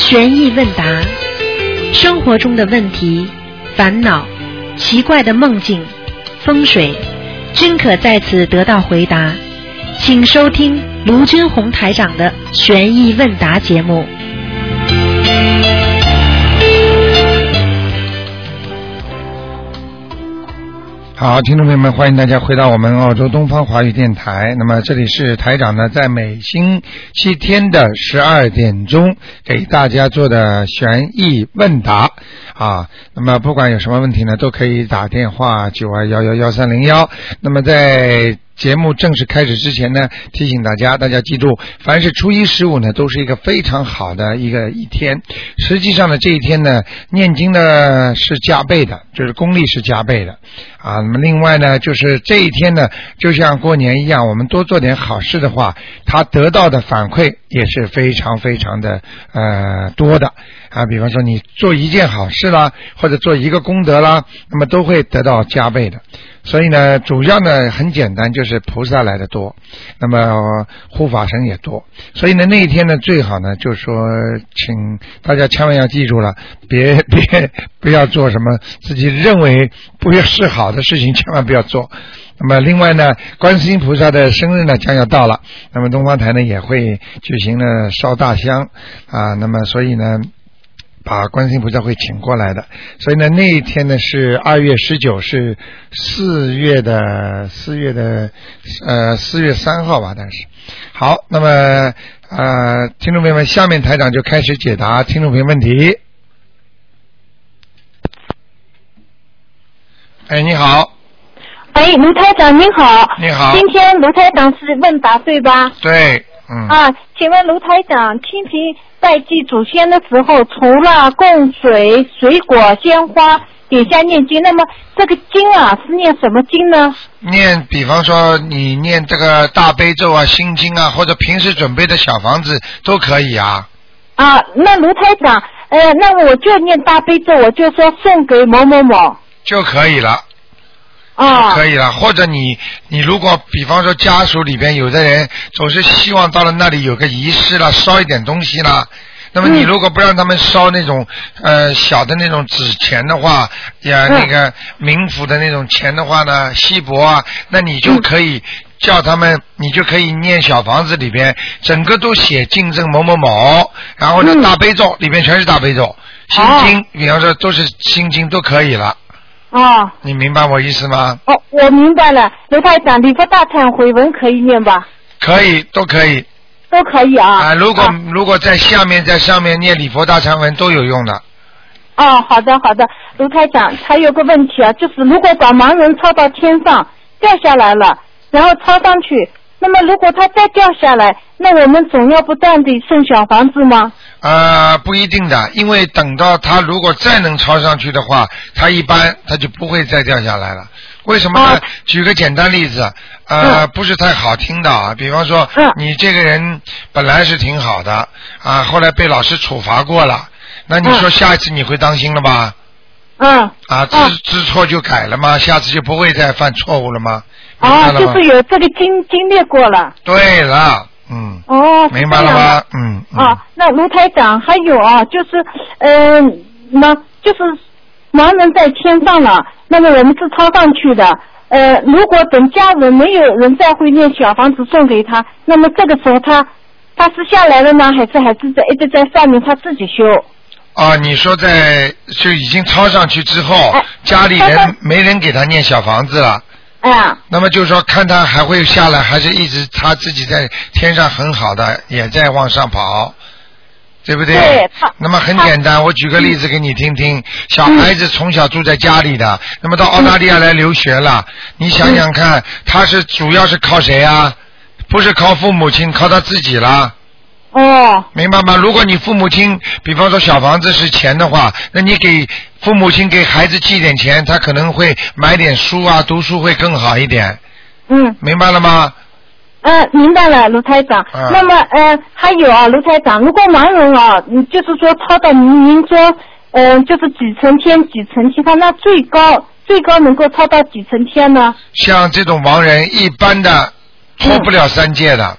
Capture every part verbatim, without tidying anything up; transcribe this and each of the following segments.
悬疑问答，生活中的问题、烦恼、奇怪的梦境、风水，均可在此得到回答。请收听卢军红台长的悬疑问答节目。 好，听众朋友们，欢迎大家回到我们澳洲东方华语电台。那么这里是台长呢，在每星期天的十二点钟给大家做的悬疑问答啊。那么不管有什么问题呢，都可以打电话九二幺幺幺三零幺。那么在节目正式开始之前呢，提醒大家，大家记住，凡是初一十五呢，都是一个非常好的一个一天。实际上呢，这一天呢，念经呢是加倍的，就是功力是加倍的啊。那么另外呢，就是这一天呢，就像过年一样，我们多做点好事的话，他得到的反馈也是非常非常的呃多的啊。比方说你做一件好事啦，或者做一个功德啦，那么都会得到加倍的。所以呢，主要呢很简单，就是菩萨来的多，那么护法神也多。所以呢，那一天呢，最好呢，就是说，请大家千万要记住了，别别不要做什么自己认为不是好的事情，千万不要做。那么另外呢，观世音菩萨的生日呢将要到了，那么东方台呢也会举行呢烧大香啊，那么所以呢，把观世音菩萨会请过来的。所以呢，那一天呢是二月十九，是四月的四月的呃四月三号吧，但是好，那么呃听众朋友们，下面台长就开始解答听众朋友问题。哎，你好。 哎，卢台长您好。 你好。 今天卢台长是问答对吧？ 对，嗯。 啊，请问卢台长，清明拜祭祖先的时候，除了供水、水果、鲜花、点下念经，那么这个经啊是念什么经呢？ 念，比方说你念这个大悲咒啊、心经啊，或者平时准备的小房子都可以啊。 啊，那卢台长，呃，那我就念大悲咒，我就说送给某某某就可以了。 啊， 可以了。或者你你如果比方说家属里边有的人总是希望到了那里有个仪式啦，烧一点东西啦，那么你如果不让他们烧那种呃小的那种纸钱的话呀，那个冥府的那种钱的话呢，锡箔啊，那你就可以叫他们，你就可以念小房子里边整个都写敬赠某某某，然后呢大悲咒里边全是大悲咒，心经比方说都是心经都可以了。 哦， 你明白我意思吗？ 哦，我明白了。卢台长，礼佛大忏悔文可以念吧？ 可以，都可以。 都可以啊。 啊，如果、 啊、 如果在下面在上面念礼佛大忏文都有用的。 哦，好的好的，卢台长，还有个问题啊，就是如果把盲人抄到天上掉下来了，然后抄上去，那么如果他再掉下来，那我们总要不断地送小房子吗？ 呃，不一定的，因为等到他如果再能抄上去的话，他一般他就不会再掉下来了。为什么呢？啊、举个简单例子，呃、嗯，不是太好听的啊。比方说，嗯、你这个人本来是挺好的啊，后来被老师处罚过了，那你说下一次你会当心了吧？ 嗯。 啊，知知错就改了吗？下次就不会再犯错误了吗？ 哦，就是有这个经经历过了。 对了。嗯， 哦， 明白了吗？嗯，嗯啊，那卢台长还有啊，就是嗯，那、呃、就是盲人在天上了，那么我们是抄上去的。呃，如果等家人没有人再会念小房子送给他，那么这个时候他他是下来了呢，还是还是在一直在上面他自己修？ 啊，你说在就已经抄上去之后，哎、家里人没人给他念小房子了。 啊， 那么就是说，看他还会下来，还是一直他自己在天上很好的，也在往上跑，对不对？ 对。 那么很简单，我举个例子给你听听。小孩子从小住在家里的，嗯、那么到澳大利亚来留学了，嗯、你想想看，他是主要是靠谁啊？不是靠父母亲，靠他自己啦。 哦， 明白吗？如果你父母亲，比方说小房子是钱的话，那你给父母亲给孩子寄点钱，他可能会买点书啊，读书会更好一点。 嗯， 明白了吗？ 呃，明白了，卢台长。嗯、那么呃，还有啊，卢台长，如果盲人啊，就是说抄到您您说，嗯、呃，就是几层天几层地方，那最高最高能够抄到几层天呢？ 像这种盲人，一般的脱不了三界的。嗯，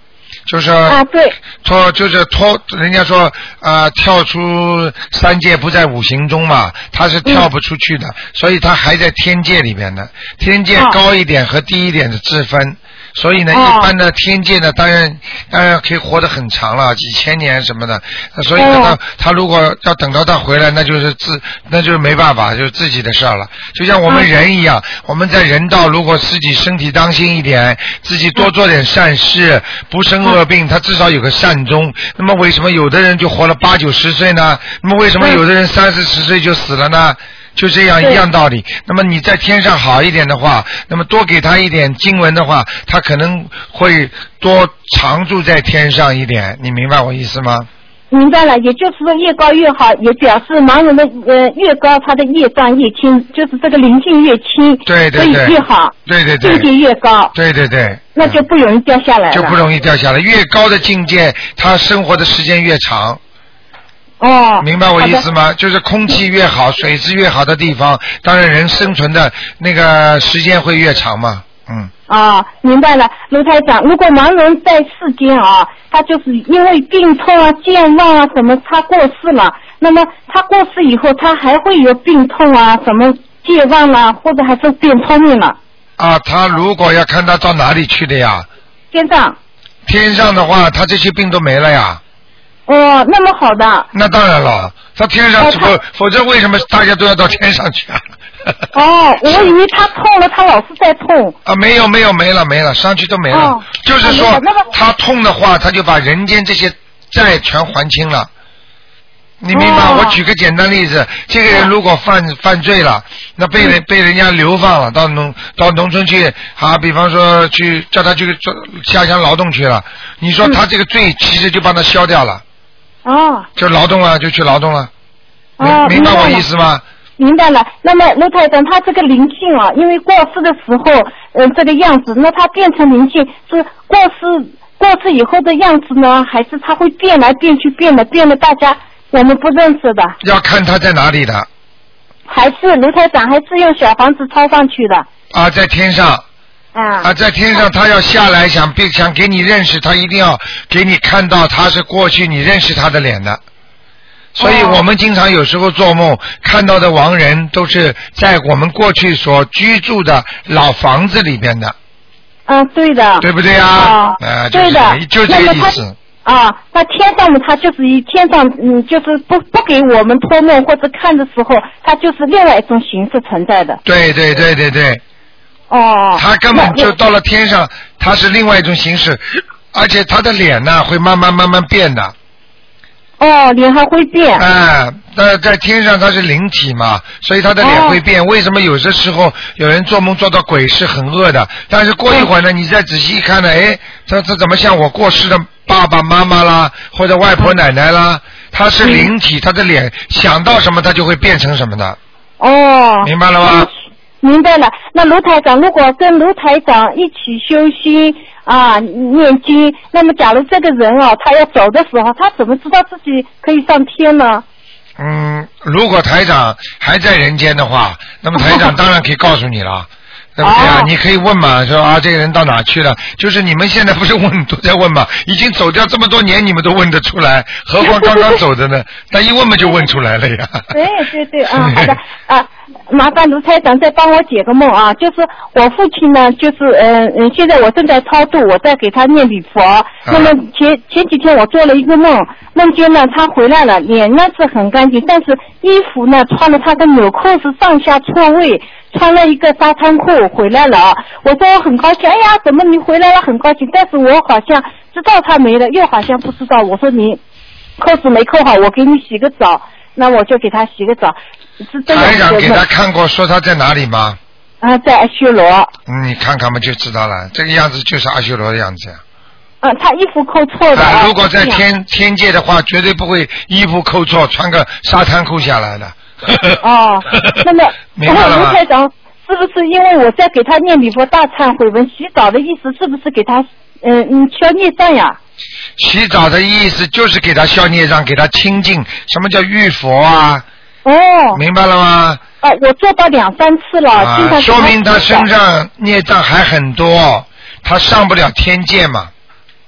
就是啊，对， 脱就是脱，人家说啊、呃，跳出三界不在五行中嘛，他是跳不出去的，嗯、所以他还在天界里面呢。天界高一点和低一点的之分。所以呢， 哦、 一般的天界呢，当然当然可以活得很长了，几千年什么的。所以呢，他、哦、他如果要等到他回来，那就是自那就是没办法，就是自己的事儿了。就像我们人一样，哦、我们在人道，如果自己身体当心一点，自己多做点善事，不生恶病，他至少有个善终。那么为什么有的人就活了八九十岁呢？那么为什么有的人三四十岁就死了呢？就这样一样道理。那么你在天上好一点的话，那么多给他一点经文的话，他可能会多常住在天上一点。你明白我意思吗？ 明白了，也就是说越高越好，也表示盲人的呃越高，他的业障越轻，就是这个灵性越轻， 对对对， 所以越好， 对对对， 境界越高， 对对对， 那就不容易掉下来了， 就不容易掉下来。越高的境界，他生活的时间越长。 哦， 明白我意思吗？就是空气越好，水质越好的地方，当然人生存的那个时间会越长嘛。嗯。 啊，明白了，卢台长，如果盲人在世间啊，他就是因为病痛啊、健忘啊什么，他过世了，那么他过世以后，他还会有病痛啊、什么健忘啊，或者还是变聪明了？ 啊，他如果要看他到哪里去的呀？ 天上。天上的话，他这些病都没了呀。 哦，那么好的。 那当然了，他天上只不、哦、否则为什么大家都要到天上去啊？ 哦，我以为他痛了，他老是在痛。 啊，没有没有没了没了，上去都没了。哦、就是说、啊、他痛的话，他就把人间这些债全还清了。你明白？哦、我举个简单例子，这个人如果犯犯罪了，那被人、嗯、被人家流放了，到农到农村去，啊，比方说去叫他去做下乡劳动去了，你说他这个罪其实就帮他消掉了。 哦， 就劳动了，就去劳动了。哦，明白我意思吗？ 明白了。那么卢台长，他这个灵性啊，因为过世的时候，嗯、呃，这个样子，那他变成灵性是过世过世以后的样子呢，还是他会变来变去，变的变的大家我们不认识的？ 要看他在哪里的。 还是卢台长还是用小房子抄上去的？ 啊，在天上。 啊, 啊，在天上他要下来想别想给你认识，他一定要给你看到他是过去你认识他的脸的。所以我们经常有时候做梦看到的亡人都是在我们过去所居住的老房子里边的。 嗯、啊，对的。 对不对啊？ 啊， 呃、 对的， 就这个意思。 啊，那天上嘛，他就是以天上，嗯，就是不不给我们托梦或者看的时候，他就是另外一种形式存在的。 对对对对对。 哦， 他根本就到了天上，他是另外一种形式，而且他的脸呢会慢慢慢慢变的。 哦，脸还会变。 哎，在在天上他是灵体嘛，所以他的脸会变。哦、为什么有些时候有人做梦做到鬼是很恶的，但是过一会儿呢，嗯、你再仔细一看呢，哎，他他怎么像我过世的爸爸妈妈啦，或者外婆奶奶啦？他是灵体，他的脸想到什么，他就会变成什么的。 哦， 明白了吗？嗯明白了，那卢台长如果跟卢台长一起修心啊念经，那么假如这个人哦，他要走的时候，他怎么知道自己可以上天呢？ 嗯，如果台长还在人间的话，那么台长当然可以告诉你了。对不对啊？你可以问嘛，说啊，这个人到哪去了？就是你们现在不是问都在问嘛，已经走掉这么多年，你们都问得出来，何况刚刚走的呢？但一问嘛就问出来了呀。 对对对啊，好的啊，麻烦卢台长再帮我解个梦啊，就是我父亲呢，就是嗯嗯，现在我正在超度，我在给他念礼佛。啊、那么前前几天我做了一个梦，梦见呢他回来了，脸呢是很干净，但是衣服呢穿了他的纽扣是上下错位。穿了一个沙滩裤回来了，我说我很高兴，哎呀，怎么你回来了很高兴？但是我好像知道他没了，又好像不知道。我说你扣子没扣好，我给你洗个澡，那我就给他洗个澡。是这样的。台长给他看过，说他在哪里吗？ 啊，在阿修罗。 嗯，你看看嘛就知道了，这个样子就是阿修罗的样子呀。 啊，他衣服扣错的。 啊，如果在天天界的话，绝对不会衣服扣错，穿个沙滩裤下来的。 哦，那么明白了吗？ 卢台长，是不是因为我在给他念礼佛大忏悔文，洗澡的意思是不是给他嗯嗯消孽障呀？ 洗澡的意思就是给他消孽障，给他清净。什么叫浴佛啊？ 哦， 明白了吗？ 啊，我做到两三次了， 啊、 经常说明他身上孽障还很多，他上不了天界嘛。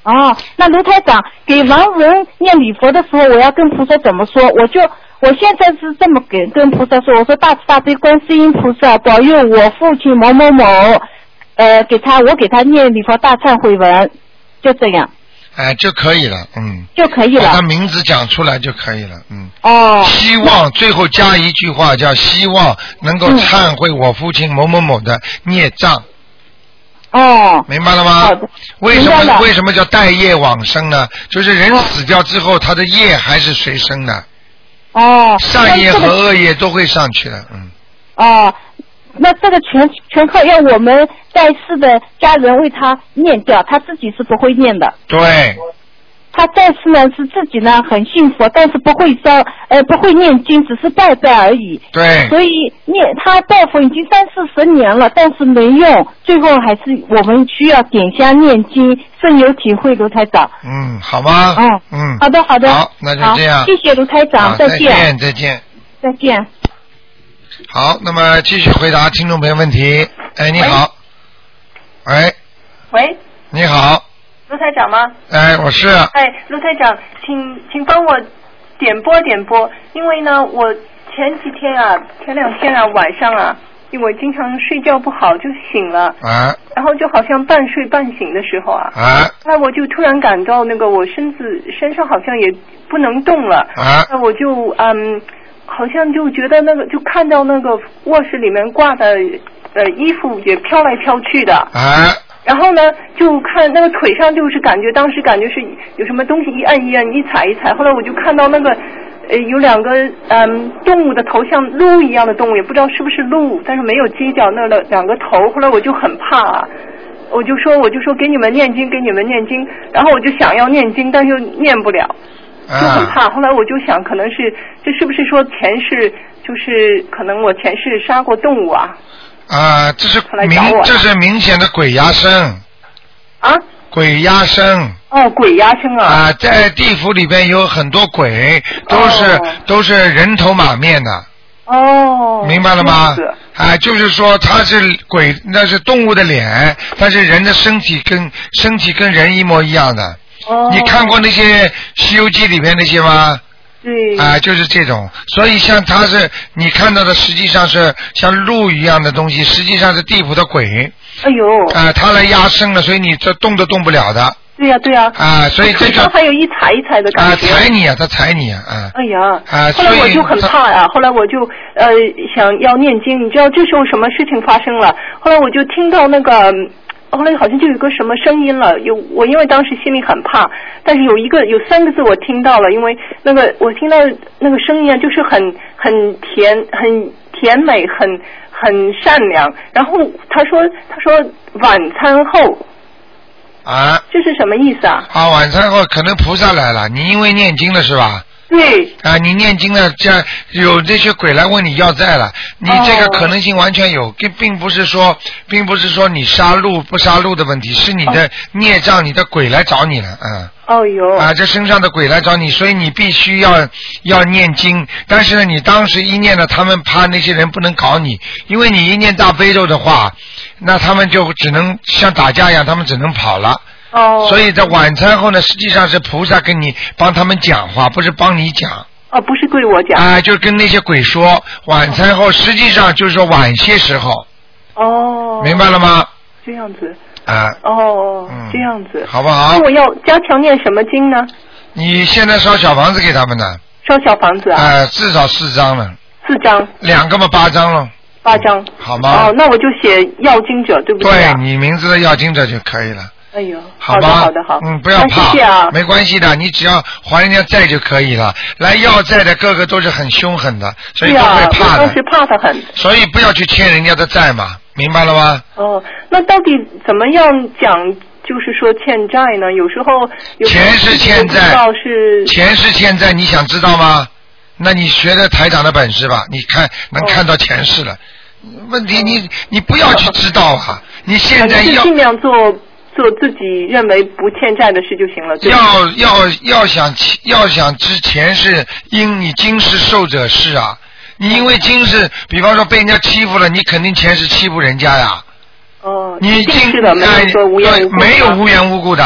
哦，那卢台长给亡人念礼佛的时候，我要跟菩萨怎么说？我就我现在是这么给跟菩萨说，我说大慈大悲观世音菩萨保佑我父亲某某某，呃，给他我给他念礼佛大忏悔文，就这样。 哎，就可以了，嗯， 就可以了。 把他名字讲出来就可以了，嗯。 哦。 希望最后加一句话，叫希望能够忏悔我父亲某某某的孽障。 哦， 明白了吗？ 好的。 为什么为什么叫带业往生呢？就是人死掉之后，他的业还是随身的。 哦。 善业和恶业都会上去的，嗯。 哦，那这个全全靠要我们在世的家人为他念掉，他自己是不会念的。 对。 他在世呢是自己呢很信佛，但是不会烧呃不会念经，只是拜拜而已。 对。 所以念他拜佛已经三四十年了，但是没用，最后还是我们需要点香念经，深有体会，卢台长。 嗯，好吗？ 嗯嗯。 好的好的。 好，那就这样。 谢谢卢台长， 再见。 再见。 再见。 好，那么继续回答听众朋友问题。哎，你好。喂。 喂。 你好。 卢台长吗？ 哎，我是。 哎，卢台长，请请帮我点播点播，因为呢，我前几天啊，前两天啊，晚上啊，因为我经常睡觉不好就醒了， 啊， 然后就好像半睡半醒的时候啊， 啊， 那我就突然感到那个我身子身上好像也不能动了， 啊， 那我就嗯，好像就觉得那个就看到那个卧室里面挂的呃衣服也飘来飘去的， 啊。 然后呢，就看那个腿上，就是感觉当时感觉是有什么东西一按一按，一踩一踩。后来我就看到那个，呃，有两个嗯动物的头像鹿一样的动物，也不知道是不是鹿，但是没有犄角，那两两个头。后来我就很怕啊，我就说我就说给你们念经，给你们念经。然后我就想要念经，但是又念不了，就很怕。后来我就想，可能是这是不是说前世就是可能我前世杀过动物啊？ 啊，这是明这是明显的鬼压身。 啊？ 鬼压身。 哦，鬼压身啊！ 啊，在地府里边有很多鬼，都是、哦、都是人头马面的。 哦。 明白了吗？是。啊，就是说他是鬼，那是动物的脸，但是人的身体跟身体跟人一模一样的。 哦。 你看过那些《西游记》里边那些吗？ 对。 啊，就是这种，所以像他是你看到的，实际上是像鹿一样的东西，实际上是地府的鬼。 哎呦。 啊，他来压身了，所以你这动都动不了的。 对呀、啊、对呀、 啊。啊，所以这个。 还有一踩一踩的感觉。 啊，踩你啊，他踩你啊，啊。 哎呀。 啊， 后来我就很怕呀、啊，后来我就呃想要念经，你知道这时候什么事情发生了？后来我就听到那个。后来好像就有个什么声音了，有我因为当时心里很怕，但是有一个有三个字我听到了，因为那个我听到那个声音啊，就是很很甜很甜美很很善良，然后他说他说晚餐后啊， 这是什么意思啊？ 啊，晚餐后可能菩萨来了，你因为念经了是吧？ 对啊，你念经了，这样有这些鬼来问你要债了，你这个可能性完全有，并、哦、并不是说，并不是说你杀戮不杀戮的问题，是你的孽障，哦、你的鬼来找你了，嗯。 哦哟。 啊，这身上的鬼来找你，所以你必须要要念经。但是呢，你当时一念呢，他们怕那些人不能搞你，因为你一念大悲咒的话，那他们就只能像打架一样，他们只能跑了。 哦， 所以在晚餐后呢，实际上是菩萨跟你帮他们讲话，不是帮你讲。 哦，不是对我讲。 啊，就是跟那些鬼说晚餐后，实际上就是说晚些时候。 哦。 明白了吗？ 这样子。 啊。 哦， 嗯、 这样子。 好不好？ 那我要加强念什么经呢？ 你现在烧小房子给他们呢？ 烧小房子啊？ 啊、呃，至少四张了。 四张。 两个嘛，八张了。 八张。 好吗？ 哦，那我就写要经者，对不对、 啊？对你名字的要经者就可以了。 哎呦， 好吧， 好的好的好， 嗯，不要怕， 谢谢啊， 没关系的，你只要还人家债就可以了。来要债的个个都是很凶狠的，所以都会怕的。 当时怕他很。 所以不要去欠人家的债嘛，明白了吗？ 哦，那到底怎么样讲？就是说欠债呢？有时候有钱是欠债， 是钱是欠债，你想知道吗？那你学的台长的本事吧，你看能看到前世了。哦、问题你你不要去知道啊，你现在要尽量做。做自己认为不欠债的事就行了。 要要要想要想之前是因你今世受者是啊，你因为今世，比方说被人家欺负了，你肯定前世欺负人家呀。 哦。 你今是的，没有说无缘无故。 没有无缘无故的。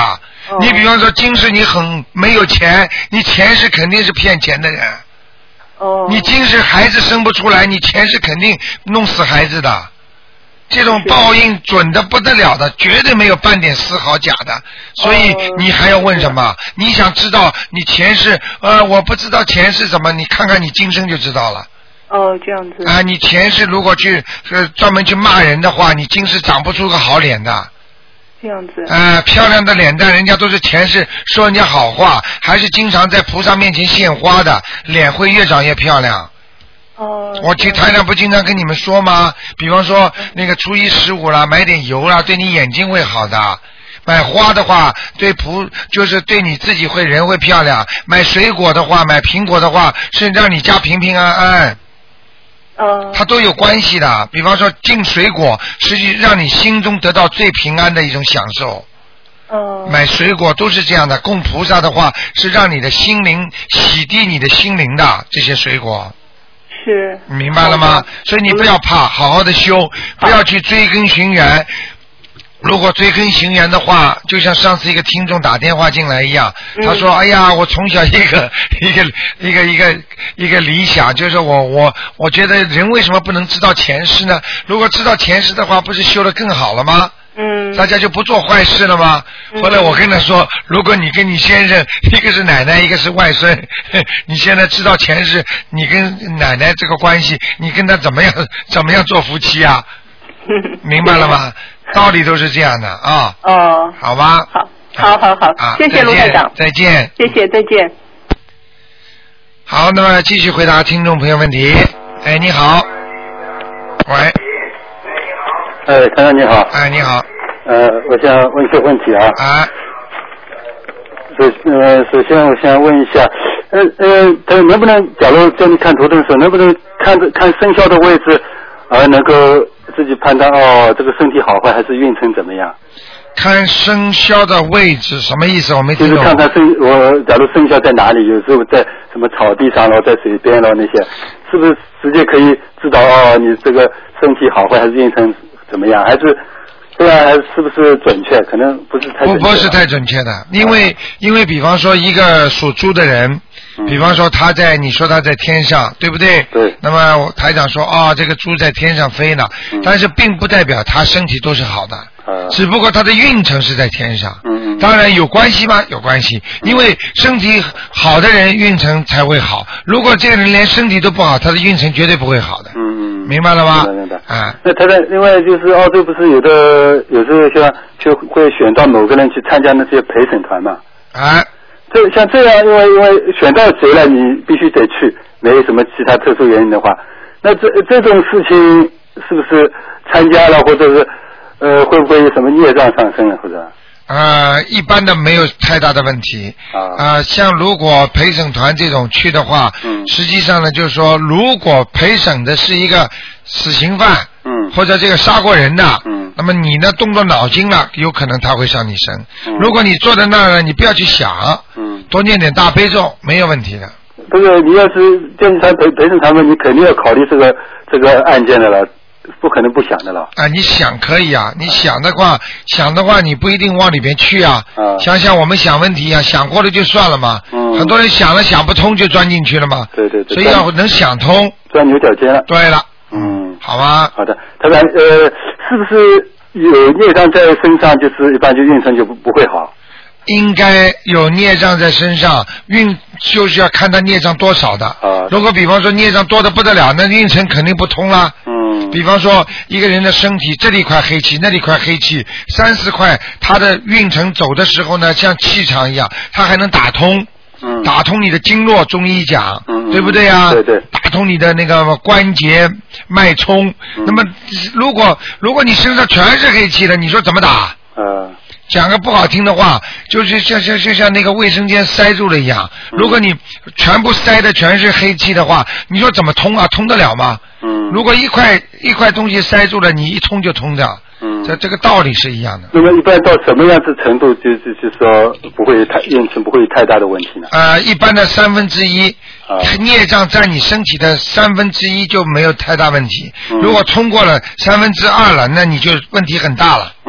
哦、你比方说今世你很没有钱，你前世肯定是骗钱的人。 哦。 你今世孩子生不出来，你前世肯定弄死孩子的。这种报应准的不得了的，绝对没有半点丝毫假的，所以你还要问什么？哦、你想知道你前世？呃，我不知道前世怎么，你看看你今生就知道了。 哦，这样子。 啊，你前世如果去呃专门去骂人的话，你今世长不出个好脸的。 这样子。 啊、呃，漂亮的脸蛋，人家都是前世说人家好话，还是经常在菩萨面前献花的，脸会越长越漂亮。 哦， 我去台上不经常跟你们说吗？比方说那个初一十五啦，买点油啦，对你眼睛会好的。买花的话，对菩就是对你自己会人会漂亮。买水果的话，买苹果的话，是让你家平平安安。 哦。 它都有关系的。比方说进水果，实际让你心中得到最平安的一种享受。 哦。 买水果都是这样的，供菩萨的话是让你的心灵洗涤你的心灵的这些水果。 是， 明白了吗？所以你不要怕，好好的修，不要去追根寻源。如果追根寻源的话，就像上次一个听众打电话进来一样， 嗯、 他说：“哎呀，我从小一个一个一个一个一个理想，就是我我我觉得人为什么不能知道前世呢？如果知道前世的话，不是修得更好了吗？” 嗯， 大家就不做坏事了吗？ 嗯、 后来我跟他说，如果你跟你先生一个是奶奶，一个是外孙，你现在知道前世你跟奶奶这个关系，你跟他怎么样怎么样做夫妻啊？明白了吗？道理都是这样的啊。 哦， 好吧。 好，好好好， 啊、 谢谢卢台长， 再见。 谢谢，再见。 好，那么继续回答听众朋友问题。哎，你好。喂。 哎，台长你好。 哎，你好。 呃，我想问一个问题啊。 啊。 首呃，首先我想问一下，呃呃，他能不能，假如叫你看图腾的时候，能不能看着看生肖的位置，而能够自己判断哦，这个身体好坏还是运程怎么样？ 看生肖的位置什么意思？我没听懂。 就是看看生，我假如生肖在哪里，有时候在什么草地上咯，在水边咯那些，是不是直接可以知道哦，你这个身体好坏还是运程怎么样？还是这样还是不是准确？可能不是太准确。 不不是太准确的，因为、啊、因为比方说一个属猪的人，嗯、比方说他在你说他在天上，对不对？ 对。 那么台长说啊、哦，这个猪在天上飞呢，嗯、但是并不代表他身体都是好的。 啊、 只不过他的运程是在天上， 嗯嗯， 当然有关系吗？有关系，因为身体好的人运程才会好。如果这个人连身体都不好，他的运程绝对不会好的。 嗯嗯， 明白了吗？ 明白明白。 啊， 那他的另外就是澳洲不是有的有时候像就会选到某个人去参加那些陪审团嘛？ 啊， 这像这样，因为因为选到谁了，你必须得去，没有什么其他特殊原因的话，那这这种事情是不是参加了或者是？呃，会不会有什么孽障上升了，或者？ 呃，一般的没有太大的问题。 啊。 呃，像如果陪审团这种去的话， 嗯， 实际上呢，就是说，如果陪审的是一个死刑犯， 嗯， 或者这个杀过人的， 嗯， 那么你呢动动脑筋了，有可能他会上你身。 嗯。 如果你坐在那儿呢，你不要去想， 嗯， 多念点大悲咒，没有问题的。 不是，你要是监察陪陪审团嘛，你肯定要考虑这个这个案件的了。不可能不想的了啊！你想可以啊，你想的话，想的话，你不一定往里边去啊。 啊， 想想我们想问题啊，想过了就算了嘛。 嗯。很多人想了想不通就钻进去了嘛。 对对对。 所以要能想通。 钻牛角尖了。 对了。 嗯。 好吧。 好的，他说呃，是不是有孽障在身上，就是一般就运程就不不会好？ 应该有孽障在身上，运就是要看他孽障多少的。 啊。 如果比方说孽障多的不得了，那运程肯定不通啦。 嗯。 比方说一个人的身体这里一块黑气，那里一块黑气，三四块，他的运程走的时候呢，像气场一样，他还能打通。 嗯。 打通你的经络，中医讲， 嗯、 对不对啊？ 对对。 打通你的那个关节脉冲。 嗯、 那么如果如果你身上全是黑气的，你说怎么打？ 呃。 讲个不好听的话，就是像像就像那个卫生间塞住了一样。如果你全部塞的全是黑气的话，你说怎么通啊？通得了吗？ 嗯。 如果一块一块东西塞住了，你一通就通的。 嗯。 这这个道理是一样的。 那么一般到什么样子程度，就就就说不会太运程不会太大的问题呢？ 呃，一般的三分之一。 啊。 孽障占你身体的三分之一就没有太大问题。 嗯。 如果通过了三分之二了，那你就问题很大了。 嗯。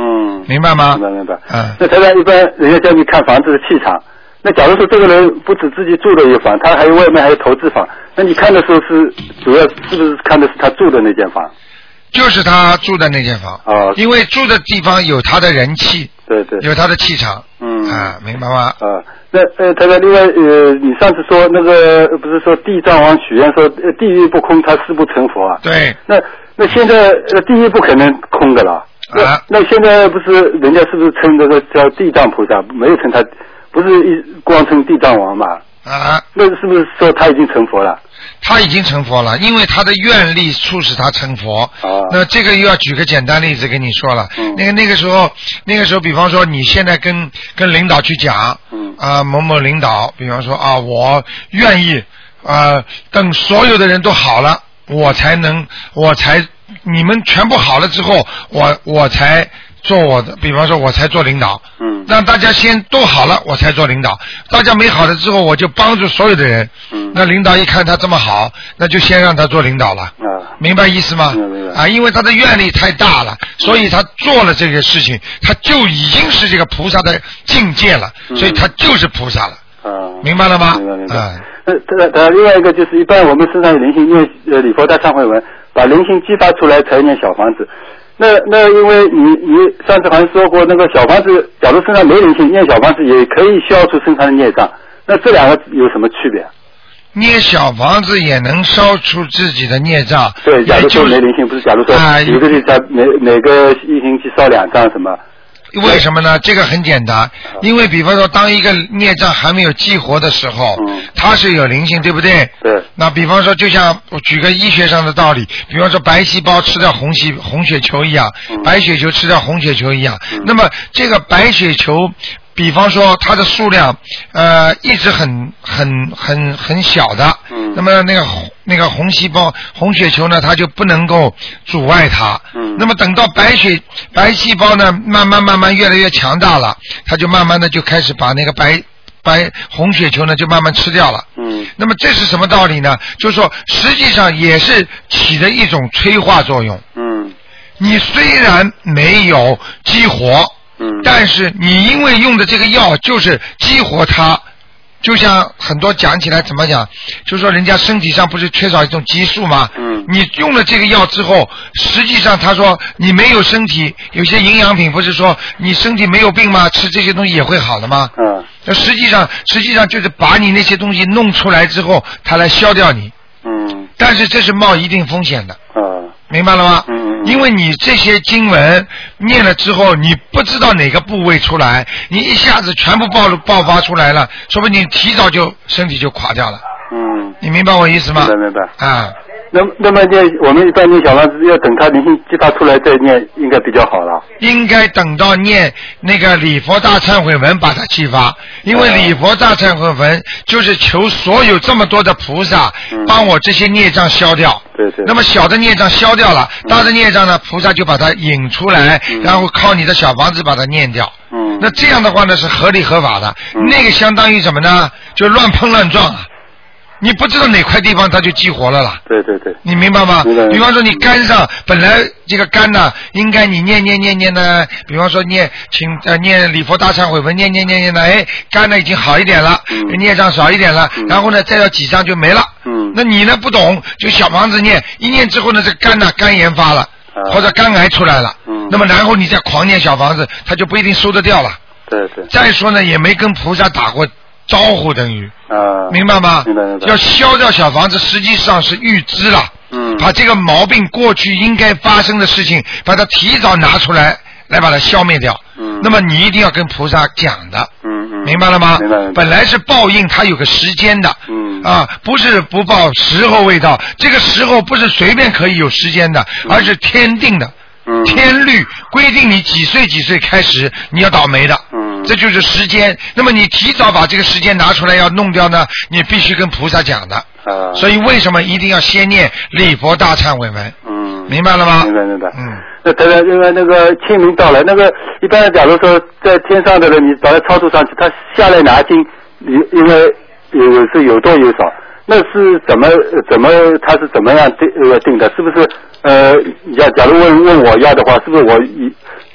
嗯， 明白吗？ 明白明白。 嗯。 那台长一般人家叫你看房子的气场，那假如说这个人不止自己住的一个房，他还有外面还有投资房，那你看的时候是主要是不是看的是他住的那间房？ 就是他住的那间房。 哦。 因为住的地方有他的人气。 对对。 有他的气场。 嗯。 啊，明白吗？ 啊，那呃，台长，另外呃，你上次说那个不是说地藏王许愿说呃地狱不空，他誓不成佛啊？ 对。 那那现在呃地狱不可能空的了。 啊。 那那现在不是人家是不是称这个叫地藏菩萨，没有称他，不是一光称地藏王嘛？ 啊。 那是不是说他已经成佛了？ 他已经成佛了，因为他的愿力促使他成佛。 啊。 那这个又要举个简单例子跟你说了。 嗯。 那个那个时候，那个时候，比方说你现在跟跟领导去讲。 嗯。 啊，某某领导，比方说啊，我愿意啊，等所有的人都好了，我才能，我才你们全部好了之后，我我才做我的，比方说我才做领导。 嗯。 让大家先都好了，我才做领导。大家没好了之后，我就帮助所有的人。 嗯。 那领导一看他这么好，那就先让他做领导了。 啊。 明白意思吗？ 明白明白。 啊，因为他的愿力太大了，所以他做了这个事情，他就已经是这个菩萨的境界了， 嗯、 所以他就是菩萨了。 啊。 明白了吗？ 明白明白。 啊。 呃，这呃，另外一个就是一般我们身上有灵性，念呃礼佛大忏悔文，把灵性激发出来才念小房子。那那因为你你上次好像说过，那个小房子，假如身上没灵性，念小房子也可以消除身上的孽障。那这两个有什么区别？ 念小房子也能烧出自己的孽障。 对，假如说没灵性，不是假如说一个星期每每个一星期烧两张什么？ 为什么呢？这个很简单，因为比方说，当一个孽障还没有激活的时候， 嗯、 它是有灵性，对不对？ 对。 那比方说，就像我举个医学上的道理，比方说白细胞吃掉红细红血球一样， 嗯、 白血球吃掉红血球一样。 嗯、 那么这个白血球，比方说它的数量呃一直很很很很小的， 嗯、 那么那个那个红细胞红血球呢，它就不能够阻碍它。 嗯、 那么等到白血白细胞呢，慢慢慢慢越来越强大了，它就慢慢的就开始把那个白白红血球呢就慢慢吃掉了。 嗯。 那么这是什么道理呢？就是说实际上也是起的一种催化作用。 嗯。 你虽然没有激活。 嗯， 但是你因为用的这个药就是激活它，就像很多讲起来怎么讲，就是说人家身体上不是缺少一种激素吗？ 嗯， 你用了这个药之后，实际上他说你没有身体，有些营养品不是说你身体没有病吗？吃这些东西也会好的吗？ 嗯， 那实际上实际上就是把你那些东西弄出来之后，它来消掉你。 嗯， 但是这是冒一定风险的。 嗯， 明白了吗？ 嗯嗯。 因为你这些经文念了之后，你不知道哪个部位出来，你一下子全部爆爆发出来了，说不定提早就身体就垮掉了。 嗯。 你明白我意思吗？ 明白明白。 啊。 那那么念我们一般念小房子要等它灵性激发出来再念，应该比较好了。 应该等到念那个礼佛大忏悔文把它激发，因为礼佛大忏悔文就是求所有这么多的菩萨帮我这些孽障消掉。 对对。 那么小的孽障消掉了，大的孽障呢，菩萨就把它引出来， 嗯、 然后靠你的小房子把它念掉。 嗯。 那这样的话呢是合理合法的， 嗯、 那个相当于什么呢？就乱碰乱撞啊。你不知道哪块地方它就激活了啦。 对对对。 你明白吗？ 明白。 比方说你肝上本来这个肝呢，应该你念念念念呢，比方说念请呃念礼佛大忏悔文，念念念念的，哎，肝呢已经好一点了， 嗯、 孽障少一点了， 嗯、 然后呢再要几张就没了。 嗯。 那你呢不懂，就小房子念，一念之后呢，这肝呢肝炎发了， 啊、 或者肝癌出来了。 嗯。 那么然后你再狂念小房子，它就不一定收得掉了。 对对。 再说呢，也没跟菩萨打过招呼，等于。 啊， 明白吗？ 明白明白。 要消掉小房子，实际上是预知了， 嗯， 把这个毛病过去应该发生的事情，把它提早拿出来，来把它消灭掉。 嗯， 那么你一定要跟菩萨讲的， 嗯嗯， 明白了吗？ 明白明白。 本来是报应，它有个时间的， 嗯， 啊，不是不报，时候未到，这个时候不是随便可以有时间的， 嗯、 而是天定的。 嗯， 天律规定你几岁几岁开始你要倒霉的， 嗯， 这就是时间。那么你提早把这个时间拿出来要弄掉呢，你必须跟菩萨讲的。 啊， 所以为什么一定要先念礼佛大忏悔文？ 嗯， 明白了吗？ 明白明白。 嗯， 那当然，因为那个清明到了，那个一般假如说在天上的人，你把它超度上去，他下来拿经，因因为有是有多有少。那是怎么怎么他是怎么样定呃定的？是不是呃，假假如问问我要的话，是不是我以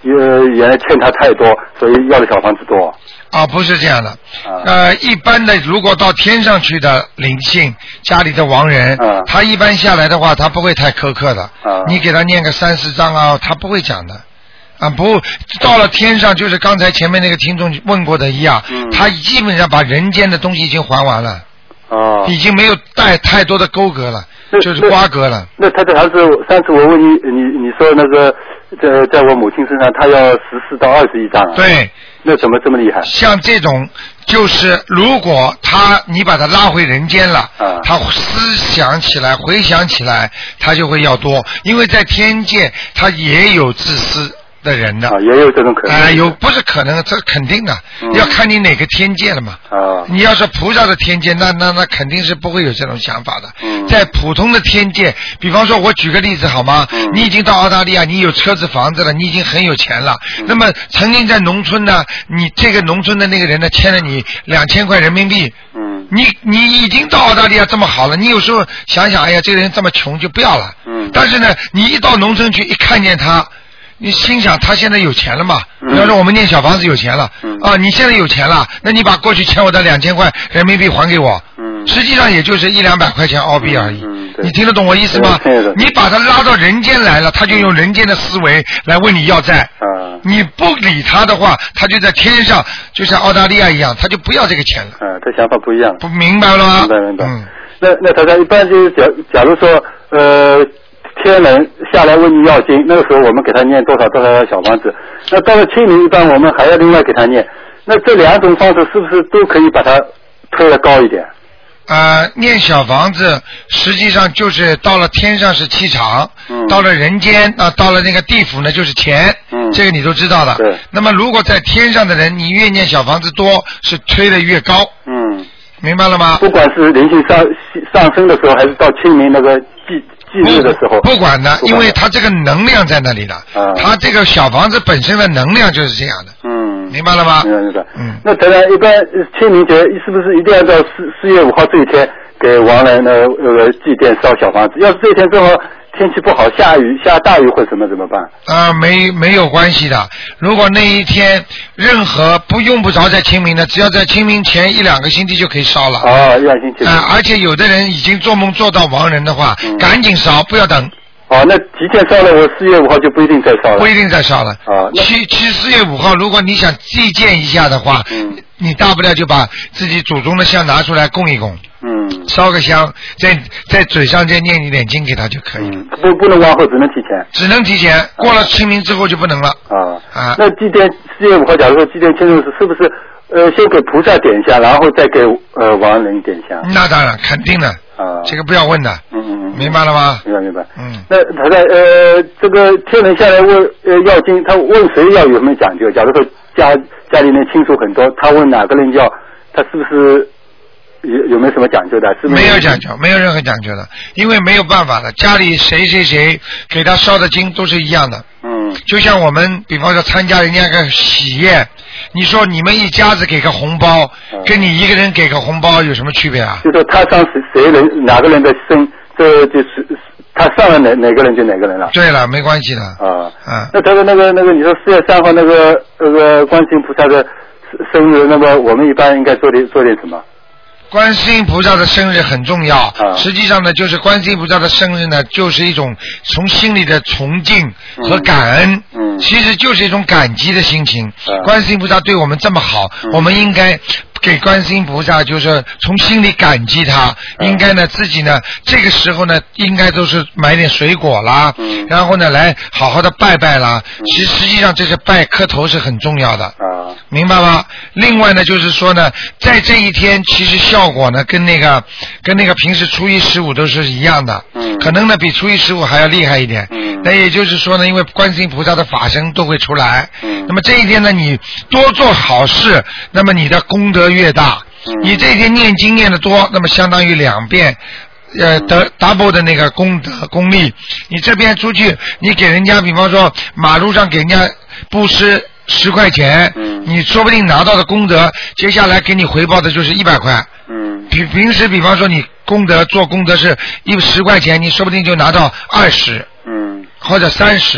呃原来欠他太多，所以要的小房子多。 啊，不是这样的。 啊、 呃，一般的如果到天上去的灵性，家里的亡人， 啊、 他一般下来的话，他不会太苛刻的。 啊、 你给他念个三四章啊，他不会讲的。啊，不，到了天上就是刚才前面那个听众问过的一样， 嗯、 他基本上把人间的东西已经还完了。 哦， 已经没有带太多的沟隔了，就是瓜葛了。 那他的还是上次我问你，你你说那个在在我母亲身上，他要十四到二十一张啊？ 对。 那怎么这么厉害？ 像这种，就是如果他你把他拉回人间了， 啊、 他思想起来、回想起来，他就会要多，因为在天界他也有自私的人的， 啊，也有这种可能。 啊、呃，有不是可能，这肯定的， 嗯、 要看你哪个天界了嘛。 啊， 你要是菩萨的天界，那那那肯定是不会有这种想法的。 嗯， 在普通的天界，比方说，我举个例子好吗？ 嗯、 你已经到澳大利亚，你有车子房子了，你已经很有钱了。 嗯、 那么曾经在农村呢，你这个农村的那个人呢，欠了你两千块人民币。 嗯， 你你已经到澳大利亚这么好了，你有时候想想，哎呀，这个人这么穷就不要了。 嗯， 但是呢，你一到农村去，一看见他。你心想他现在有钱了嘛？ 嗯、 比方说我们念小房子有钱了， 嗯、 啊，你现在有钱了，那你把过去欠我的两千块人民币还给我， 嗯、 实际上也就是一两百块钱澳币而已。 嗯、 你听得懂我意思吗？你把他拉到人间来了，他就用人间的思维来问你要债。 嗯、 你不理他的话，他就在天上，就像澳大利亚一样，他就不要这个钱了。 嗯，他想法不一样。 不明白了吗？ 明白明白。 嗯， 那那他他一般就是假假如说呃。天人下来问你要经，那个时候我们给他念多少多少小房子，那到了清明一般我们还要另外给他念，那这两种方式是不是都可以把它推得高一点？ 呃，念小房子实际上就是到了天上是气场， 嗯、 到了人间啊、呃，到了那个地府呢就是钱， 嗯、 这个你都知道的。 对。 那么如果在天上的人，你越念小房子多，是推得越高。 嗯。 明白了吗？ 不管是灵性上上升的时候，还是到清明那个祭祭日的时候， 不管的，因为它这个能量在那里的， 啊、 它这个小房子本身的能量就是这样的。 嗯， 明白了吗？ 明白明白。 嗯， 那当然，一般清明节是不是一定要到四四月五号这一天给亡人的呃祭奠烧小房子？要是这一天正好天气不好，下雨下大雨或什么怎么办？ 啊，没没有关系的。如果那一天任何不用不着在清明的，只要在清明前一两个星期就可以烧了。 哦，一两星期。 啊，而且有的人已经做梦做到亡人的话， 嗯、 赶紧烧，不要等。 哦，那提前烧了，我四月五号就不一定再烧了。 不一定再烧了。 啊， 七七四月五号，如果你想祭奠一下的话， 嗯， 你大不了就把自己祖宗的香拿出来供一供。 嗯， 烧个香，在在嘴上再念一点经给他就可以了。 嗯，不不能往后，只能提前。 只能提前，过了清明之后就不能了。 啊啊， 那祭奠四月五号，假如说祭奠清明时，是不是呃先给菩萨点香，然后再给呃亡人点香？ 那当然，肯定的。 啊， 这个不要问的。 嗯嗯嗯， 明白了吗？ 明白明白。 嗯。 那他在呃这个天人下来问呃要经，他问谁要有什么讲究？假如说家家里面亲属很多，他问哪个人要，他是不是？有有没有什么讲究的？是不是没有讲究，没有任何讲究的，因为没有办法的，家里谁谁谁给他烧的经都是一样的。 嗯。就像我们比方说参加人家个喜宴，你说你们一家子给个红包， 嗯、 跟你一个人给个红包有什么区别啊？ 就说他上谁谁人哪个人的生，这就是他上了哪哪个人就哪个人了。 对了，没关系的。 啊。 啊。 那他的那个那个，你说四月三号那个那个观世音菩萨的生日，那么我们一般应该做点做点什么？ 观世音菩萨的生日很重要， 啊、 实际上呢，就是观世音菩萨的生日呢，就是一种从心里的崇敬和感恩， 嗯， 其实就是一种感激的心情。 啊、 观世音菩萨对我们这么好， 嗯、 我们应该给观世音菩萨就是从心里感激他， 嗯、 应该呢自己呢这个时候呢应该都是买点水果啦， 嗯、 然后呢来好好的拜拜啦。 嗯、 其实实际上这是拜磕头是很重要的。 啊， 明白吗？另外呢，就是说呢，在这一天，其实效果呢，跟那个跟那个平时初一十五都是一样的， 嗯， 可能呢比初一十五还要厉害一点， 嗯， 那也就是说呢，因为观世音菩萨的法身都会出来， 嗯， 那么这一天呢，你多做好事，那么你的功德越大， 嗯， 你这一天念经念的多，那么相当于两遍。呃，得 double 的那个功德功力，你这边出去，你给人家，比方说马路上给人家布施十块钱， 嗯， 你说不定拿到的功德，接下来给你回报的就是一百块， 嗯， 平平时比方说你功德做功德是一十块钱，你说不定就拿到二十， 嗯， 或者三十， 嗯，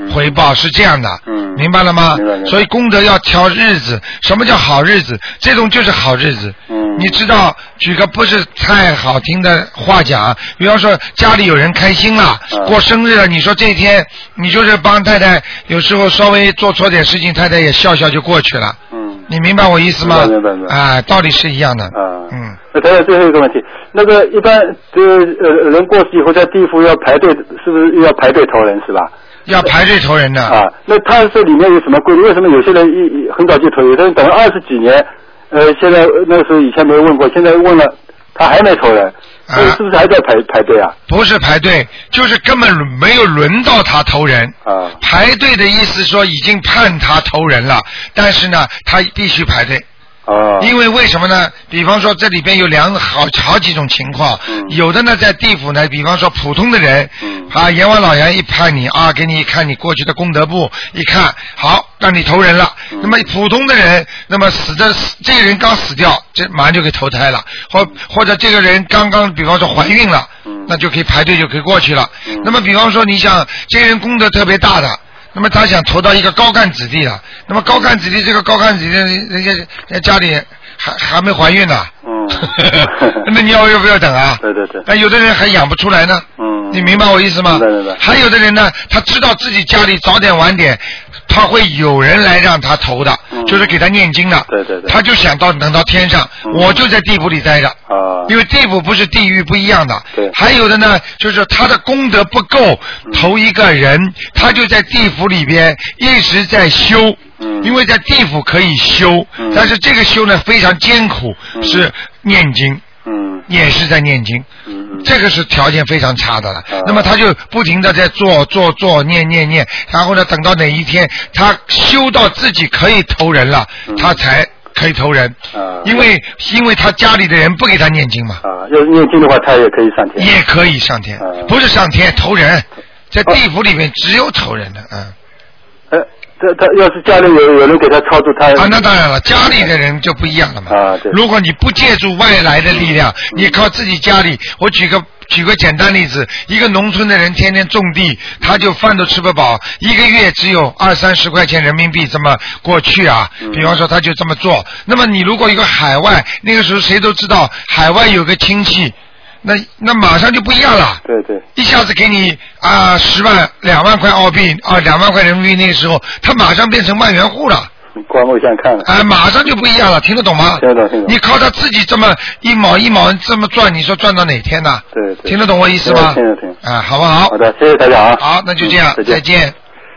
回报，是这样的， 嗯， 明白了吗？ 明白明白。 所以功德要挑日子，什么叫好日子？这种就是好日子。 嗯， 你知道，举个不是太好听的话讲，比方说家里有人开心了， 嗯、 过生日了，你说这一天你就是帮太太，有时候稍微做错点事情，太太也笑笑就过去了。 嗯， 你明白我意思吗？ 明白明白。 啊，道理是一样的。 啊， 嗯。 那还有最后一个问题，那个一般这个呃人过世以后在地府要排队，是不是要排队投人是吧？ 要排队投人的啊。那他这里面有什么规定？为什么有些人一一很早就投，有的人等了二十几年，呃，现在那个时候以前没问过，现在问了，他还没投人，啊、是不是还在排排队啊？ 不是排队，就是根本没有轮到他投人。 啊。 排队的意思说已经判他投人了，但是呢，他必须排队。 哦， 因为为什么呢？比方说这里边有两个好好几种情况， 嗯、 有的呢在地府呢，比方说普通的人， 嗯、 啊，阎王老爷一判你啊，给你一看你过去的功德簿，一看好让你投人了。 嗯、 那么普通的人，那么死的这个人刚死掉，这马上就给投胎了，或或者这个人刚刚比方说怀孕了， 嗯、 那就可以排队就可以过去了。 嗯、 那么比方说你想这个人功德特别大的。那么他想投到一个高干子弟了，那么高干子弟这个高干子弟人家人家家里还还没怀孕呢， 嗯， 那你要要不要等啊？ 对对对。 那有的人还养不出来呢， 嗯， 你明白我意思吗？ 对对对。 还有的人呢，他知道自己家里早点晚点，他会有人来让他投的， 嗯、 就是给他念经的， 对对对。 他就想到等到天上， 嗯、 我就在地府里待着， 啊， 因为地府不是地狱不一样的。 对。 还有的呢，就是他的功德不够， 嗯、 投一个人，他就在地府里边一直在修。 嗯， 因为在地府可以修， 嗯、 但是这个修呢非常艰苦， 嗯、 是念经， 嗯， 也是在念经， 嗯， 这个是条件非常差的了。 啊、 那么他就不停的在做做做念念念，然后呢，等到哪一天他修到自己可以投人了， 嗯、 他才可以投人。 啊， 因为因为他家里的人不给他念经嘛。 啊，要是念经的话，他也可以上天。 也可以上天， 啊、 不是上天投人，在地府里面只有投人的，嗯。 呃这他要是家里有有人给他操作，他啊，那当然了，家里的人就不一样了嘛。 啊，对。 如果你不借助外来的力量， 嗯、 你靠自己家里，我举个举个简单例子，一个农村的人天天种地，他就饭都吃不饱，一个月只有二三十块钱人民币这么过去啊。 嗯、 比方说他就这么做，那么你如果一个海外，那个时候谁都知道海外有个亲戚。那那马上就不一样了， 对对， 一下子给你啊十万两万块澳币啊两万块人民币，那个时候他马上变成万元户了， 刮目相看了， 啊马上就不一样了，听得懂吗？ 听得懂听得懂。 你靠他自己这么一毛一毛这么赚，你说赚到哪天呢？ 对对， 听得懂我意思吗？ 听得听。 啊，好不好？ 好的，谢谢大家啊。 好，那就这样， 嗯、再见。 再见。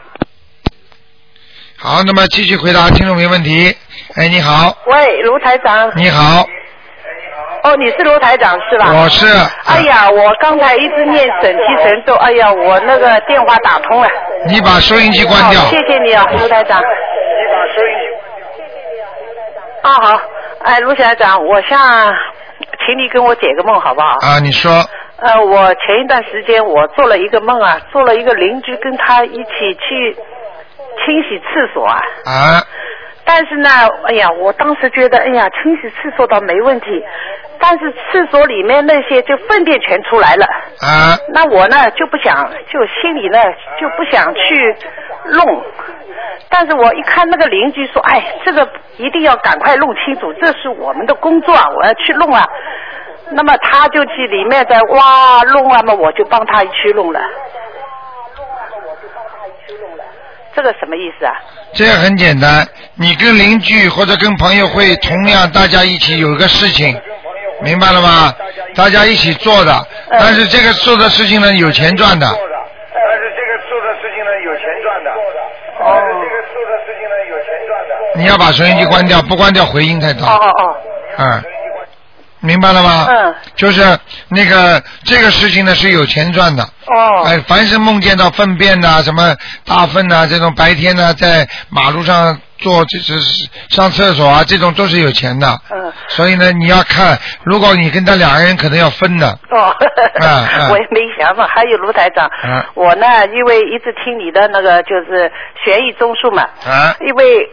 好，那么继续回答听众没问题。哎，你好。 喂，卢台长。 你好。 哦，你是卢台长是吧？ 我是。 哎呀，我刚才一直念准提神咒，哎呀，我那个电话打通了。 你把收音机关掉。 谢谢你啊，卢台长。你把收音机。啊好，哎，卢台长，我想请你跟我解个梦好不好？ 啊，你说。 呃，我前一段时间我做了一个梦啊，做了一个邻居跟他一起去清洗厕所啊。 啊。 但是呢，哎呀，我当时觉得，哎呀，清洗厕所倒没问题，但是厕所里面那些就粪便全出来了。 啊。 那我呢就不想，就心里呢就不想去弄。但是我一看那个邻居说，哎，这个一定要赶快弄清楚，这是我们的工作啊，我要去弄啊。那么他就去里面在哇弄啊嘛，我就帮他去弄了。这个什么意思啊？ 这个很简单，你跟邻居或者跟朋友会同样大家一起有一个事情，明白了吗？大家一起做的， 嗯、 但是这个做的事情呢有钱赚的。 但是这个做的事情呢有钱赚的。 哦。 但是这个做的事情呢有钱赚的。 你要把收音机关掉，不关掉回音太大。 哦哦哦。 嗯。明白了吗？ 嗯。 就是那个这个事情呢是有钱赚的。 哦。 哎，凡是梦见到粪便呐、什么大粪呐、这种白天呢在马路上做就是上厕所啊，这种都是有钱的。 嗯。 所以呢，你要看，如果你跟他两个人可能要分的。 哦。 嗯嗯。 我也没想到，还有卢台长。 嗯。 我呢，因为一直听你的那个就是悬疑综述嘛。 啊。 因为。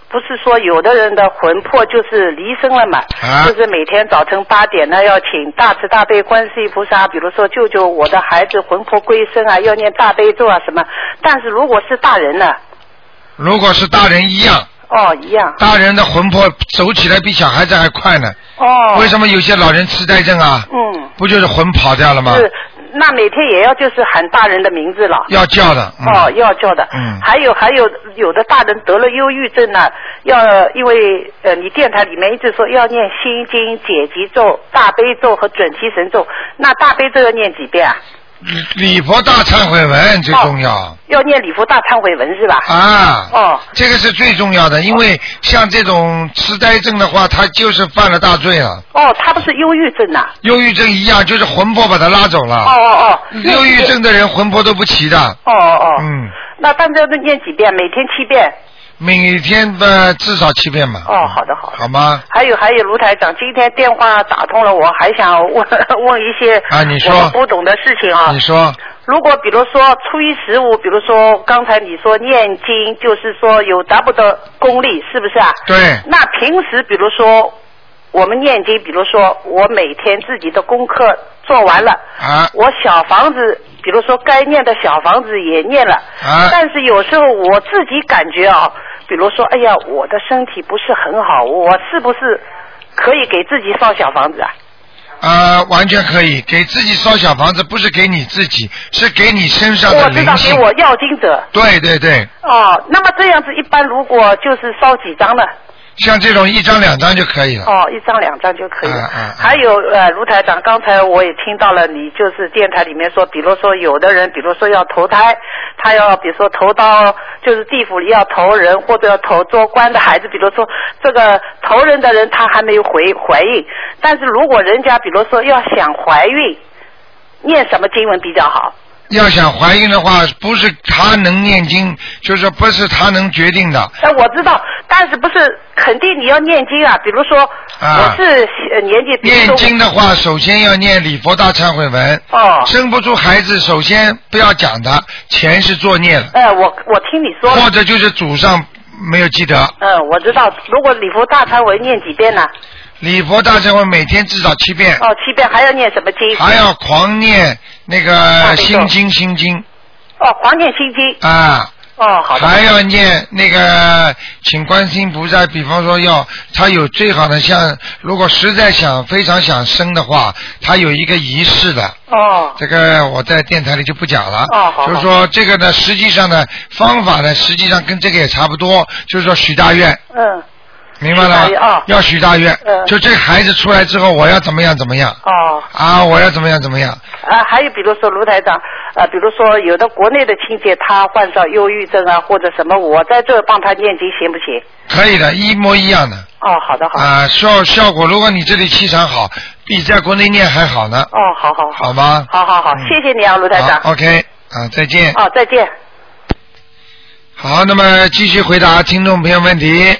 不是说有的人的魂魄就是离生了嘛， 啊、 就是每天早晨八点呢要请大慈大悲观世音菩萨，比如说救救我的孩子魂魄归生啊，要念大悲咒啊什么。但是如果是大人呢？ 如果是大人一样。 哦，一样。 大人的魂魄走起来比小孩子还快呢。 哦。 为什么有些老人痴呆症啊？ 嗯。 不就是魂跑掉了吗？ 是。那每天也要就是喊大人的名字了。 要叫的。 嗯、哦，要叫的。 嗯。 还有还有，有的大人得了忧郁症呢，要因为呃，你电台里面一直说要念心经、解结咒、大悲咒和准提神咒，那大悲咒要念几遍啊？ 礼佛大忏悔文最重要、哦、 要念礼佛大忏悔文是吧？ 啊， 哦， 这个是最重要的，因为像这种痴呆症的话，他就是犯了大罪了。 哦，他不是忧郁症呐、啊？ 忧郁症一样，就是魂魄把他拉走了。 哦哦哦， 忧郁症的人魂魄都不齐的。 哦哦哦， 嗯， 那大家都念几遍？每天七遍。 每天的至少七遍嘛。 哦，好的好的。 好吗？ 还有还有，卢台长，今天电话打通了，我还想问问一些啊，你说我不懂的事情啊。 你说。 如果比如说初一十五，比如说刚才你说念经，就是说有达不得功力，是不是啊？ 对。 那平时比如说我们念经，比如说我每天自己的功课做完了， 啊， 我小房子，比如说该念的小房子也念了， 啊， 但是有时候我自己感觉啊，比如说，哎呀，我的身体不是很好，我是不是可以给自己烧小房子啊？ 啊、呃，完全可以给自己烧小房子，不是给你自己，是给你身上的灵性。 我知道，给我要经者。 对对对。 哦，那么这样子，一般如果就是烧几张呢？ 像这种一张两张就可以了。 哦，一张两张就可以了。 嗯嗯嗯、 还有呃，卢台长，刚才我也听到了，你就是电台里面说，比如说有的人，比如说要投胎，他要比如说投到就是地府里要投人，或者要投做官的孩子，比如说这个投人的人他还没有回怀孕，但是如果人家比如说要想怀孕，念什么经文比较好？ 要想怀孕的话，不是他能念经，就是不是他能决定的。 哎，我知道，但是不是肯定你要念经啊？比如说， 啊、 我是年纪比如说念经的话，首先要念礼佛大忏悔文。 哦。 生不出孩子，首先不要讲的，钱是作孽了。 哎、呃，我我听你说了。 或者就是祖上没有记得。 嗯，我知道。如果礼佛大忏悔念几遍呢？ 礼佛大忏悔每天至少七遍。 哦，七遍，还要念什么经？ 还要狂念那个心经，心经。 哦，狂念心经。 啊。 哦，好的。 还要念那个，请观世音菩萨，比方说要他有最好的像，如果实在想非常想生的话，他有一个仪式的。 哦。 这个我在电台里就不讲了。 哦，好。 就是说这个呢，实际上呢，方法呢，实际上跟这个也差不多，就是说许大愿。 嗯。 明白了吗？ 哦、 要许大愿、 嗯， 就这孩子出来之后，我要怎么样怎么样。 哦。 啊，我要怎么样怎么样。 啊，还有比如说卢台长，呃，比如说有的国内的亲戚他患上忧郁症啊，或者什么，我在这帮他念经行不行？ 可以的，一模一样的。 哦，好的好的。 啊，效效果，如果你这里气场好，比在国内念还好呢。 哦，好好好。 好吗？ 好好好，嗯、谢谢你啊，卢台长。 OK， 啊，再见。 哦，再见。 好，那么继续回答听众朋友问题。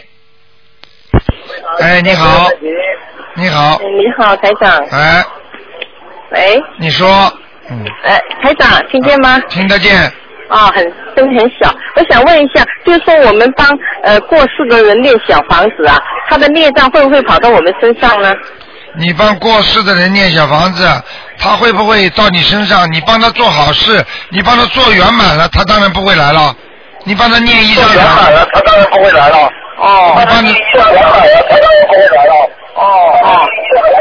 哎，你好，你好， 你好，台长。 哎， 喂， 你说，嗯， 哎，台长，听见吗？ 听得见。 啊、哦，很声音很小。我想问一下，就是说我们帮呃过世的人念小房子啊，他的孽障会不会跑到我们身上呢？ 你帮过世的人念小房子，他会不会到你身上？你帮他做好事，你帮他做圆满了，他当然不会来了。你帮他念一张圆满了，他当然不会来了。 哦，你帮你做圆满了，他当然不会来了。哦哦。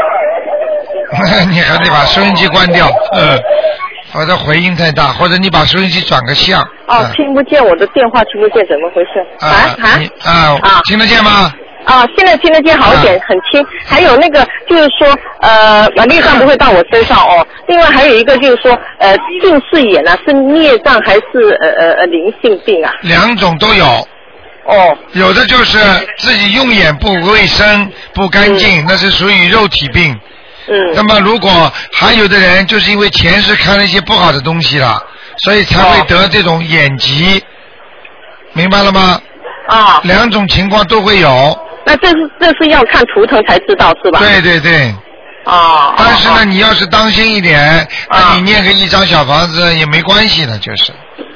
你还得把收音机关掉，嗯，否则回音太大，或者你把收音机转个向。 哦，嗯、听不见我的电话，听不见，怎么回事？ 啊啊啊！听得见吗？ 啊，现在听得见好一点，啊、很轻。还有那个就是说，呃，孽障不会到我身上哦。另外还有一个就是说，呃，近视眼啊，是孽障还是呃呃呃灵性病啊？ 两种都有。 哦。 有的就是自己用眼不卫生、不干净，嗯、那是属于肉体病。 嗯。 那么如果还有的人就是因为前世看了一些不好的东西了，所以才会得这种眼疾，哦、明白了吗？ 啊。 两种情况都会有。 那这是这是要看图腾才知道是吧？ 对对对。 哦。 但是呢，哦、你要是当心一点，那、啊、你念个一张小房子也没关系的，就是。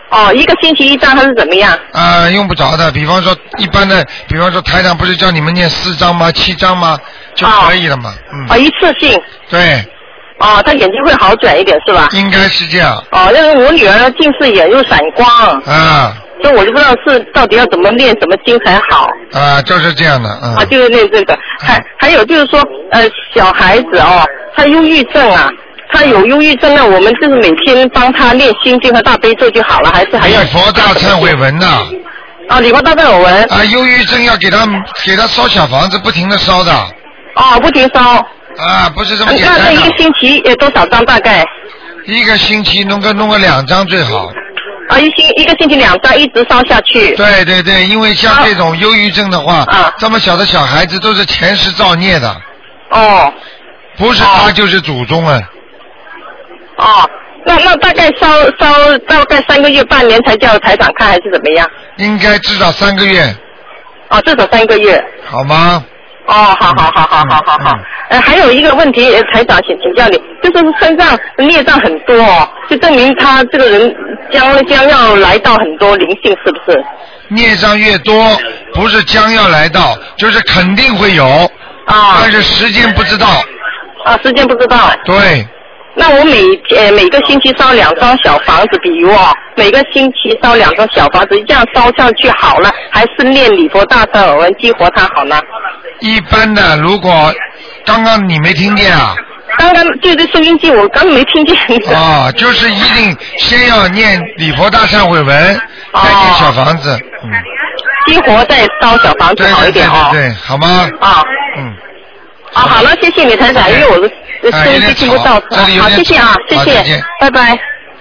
哦，一个星期一张还是怎么样？ 啊、呃，用不着的。比方说一般的，比方说台长不是叫你们念四张吗？七张吗？就可以了嘛。哦、嗯。 哦，一次性。 对。 哦，他眼睛会好转一点是吧？ 应该是这样。 哦，因为我女儿近视眼又闪光。 啊。 所以我就不知道是到底要怎么念什么经才好。 啊，就是这样的。嗯。 啊，就是念这个。还还有就是说，呃，小孩子哦，他忧郁症啊。他有忧郁症呢，我们就是每天帮他念心经和大悲咒就好了，还是还要？ 礼佛大忏悔文呐。 啊，礼佛大忏悔文。 啊，忧郁症要给他给他烧小房子，不停的烧的。 哦，不停烧。 啊，不是这么简单的。 那那一个星期呃多少张大概？ 一个星期弄个弄个两张最好。 啊，一星一个星期两张，一直烧下去。 对对对，因为像这种忧郁症的话， 啊， 这么小的小孩子都是前世造孽的。 哦。 不是他就是祖宗啊。 哦，那那大概烧烧大概三个月半年才叫台长看还是怎么样？ 应该至少三个月。 哦，至少三个月。 好吗？ 哦，好好好好好好好。嗯、呃，还有一个问题，台长请请教你，就是身上孽障很多哦，就证明他这个人将将要来到很多灵性，是不是？ 孽障越多，不是将要来到，就是肯定会有。啊。但是时间不知道。 啊，时间不知道。 对。 那我每呃每个星期烧两张小房子，比如哦，每个星期烧两张小房子，这样烧上去好了，还是念礼佛大忏悔文激活它好呢？ 一般的，如果刚刚你没听见啊？ 刚刚对对收音机我刚没听见。 啊，就是一定先要念礼佛大忏悔文，再念小房子。嗯。 激活再烧小房子好一点哦。 对对对对，好吗？ 啊。 嗯。 啊，好了，谢谢你台长，因为我的收音机听不到。好，谢谢啊，谢谢，拜拜。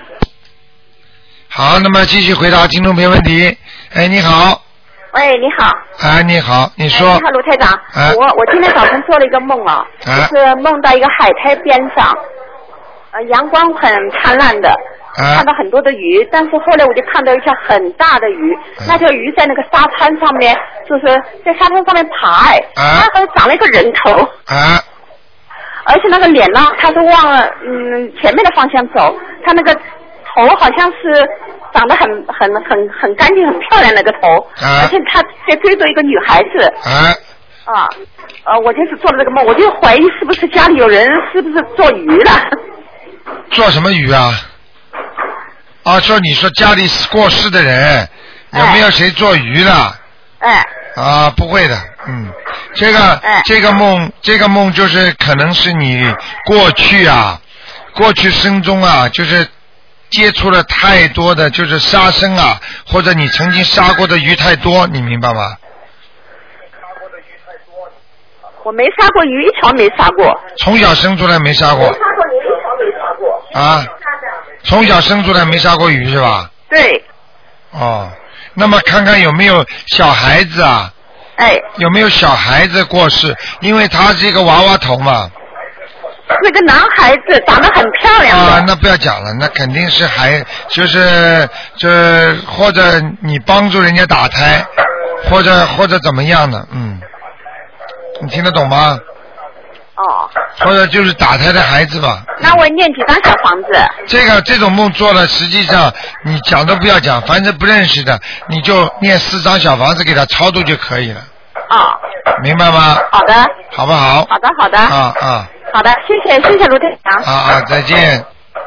好，那么继续回答听众朋友问题。哎，你好。 喂，你好。 哎，你好，你说。 你好，卢台长。 哎。 我我今天早晨做了一个梦啊，就是梦到一个海滩边上，呃，阳光很灿烂的。看到很多的鱼，但是后来我就看到一条很大的鱼，啊、那条鱼在那个沙滩上面，就是在沙滩上面爬，哎，啊、它好像长了一个人头， 啊， 而且那个脸呢，它是往嗯前面的方向走，它那个头好像是长得很很很很干净、很漂亮那个头， 啊、 而且它在追着一个女孩子， 啊， 啊，呃，我就是做了这个梦，我就怀疑是不是家里有人是不是做鱼了？ 做什么鱼啊？啊，说你说家里过世的人有没有谁做鱼了？ 哎。 啊，不会的，嗯，这个、 哎、 这个梦，这个梦就是可能是你过去啊，过去生中啊，就是接触了太多的就是杀生啊，或者你曾经杀过的鱼太多，你明白吗？ 我没杀过鱼，一条没杀过。 从小生出来没杀过。 没杀过鱼，一条没杀过。 啊。从小生出来没杀过鱼是吧？ 对。 哦，那么看看有没有小孩子啊？ 哎。 有没有小孩子过世？因为他是一个娃娃头嘛。 那个男孩子长得很漂亮的。 啊，那不要讲了，那肯定是还就是这或者你帮助人家打胎，或者或者怎么样的，嗯，你听得懂吗？ 哦。 或者就是打胎的孩子吧。 那我念几张小房子？ 这个这种梦做了，实际上你讲都不要讲，凡是不认识的，你就念四张小房子给他超度就可以了。 哦。 明白吗？ 好的。 好不好？ 好的，好的。 啊啊。 好的，谢谢谢谢卢队长。 啊啊，再见。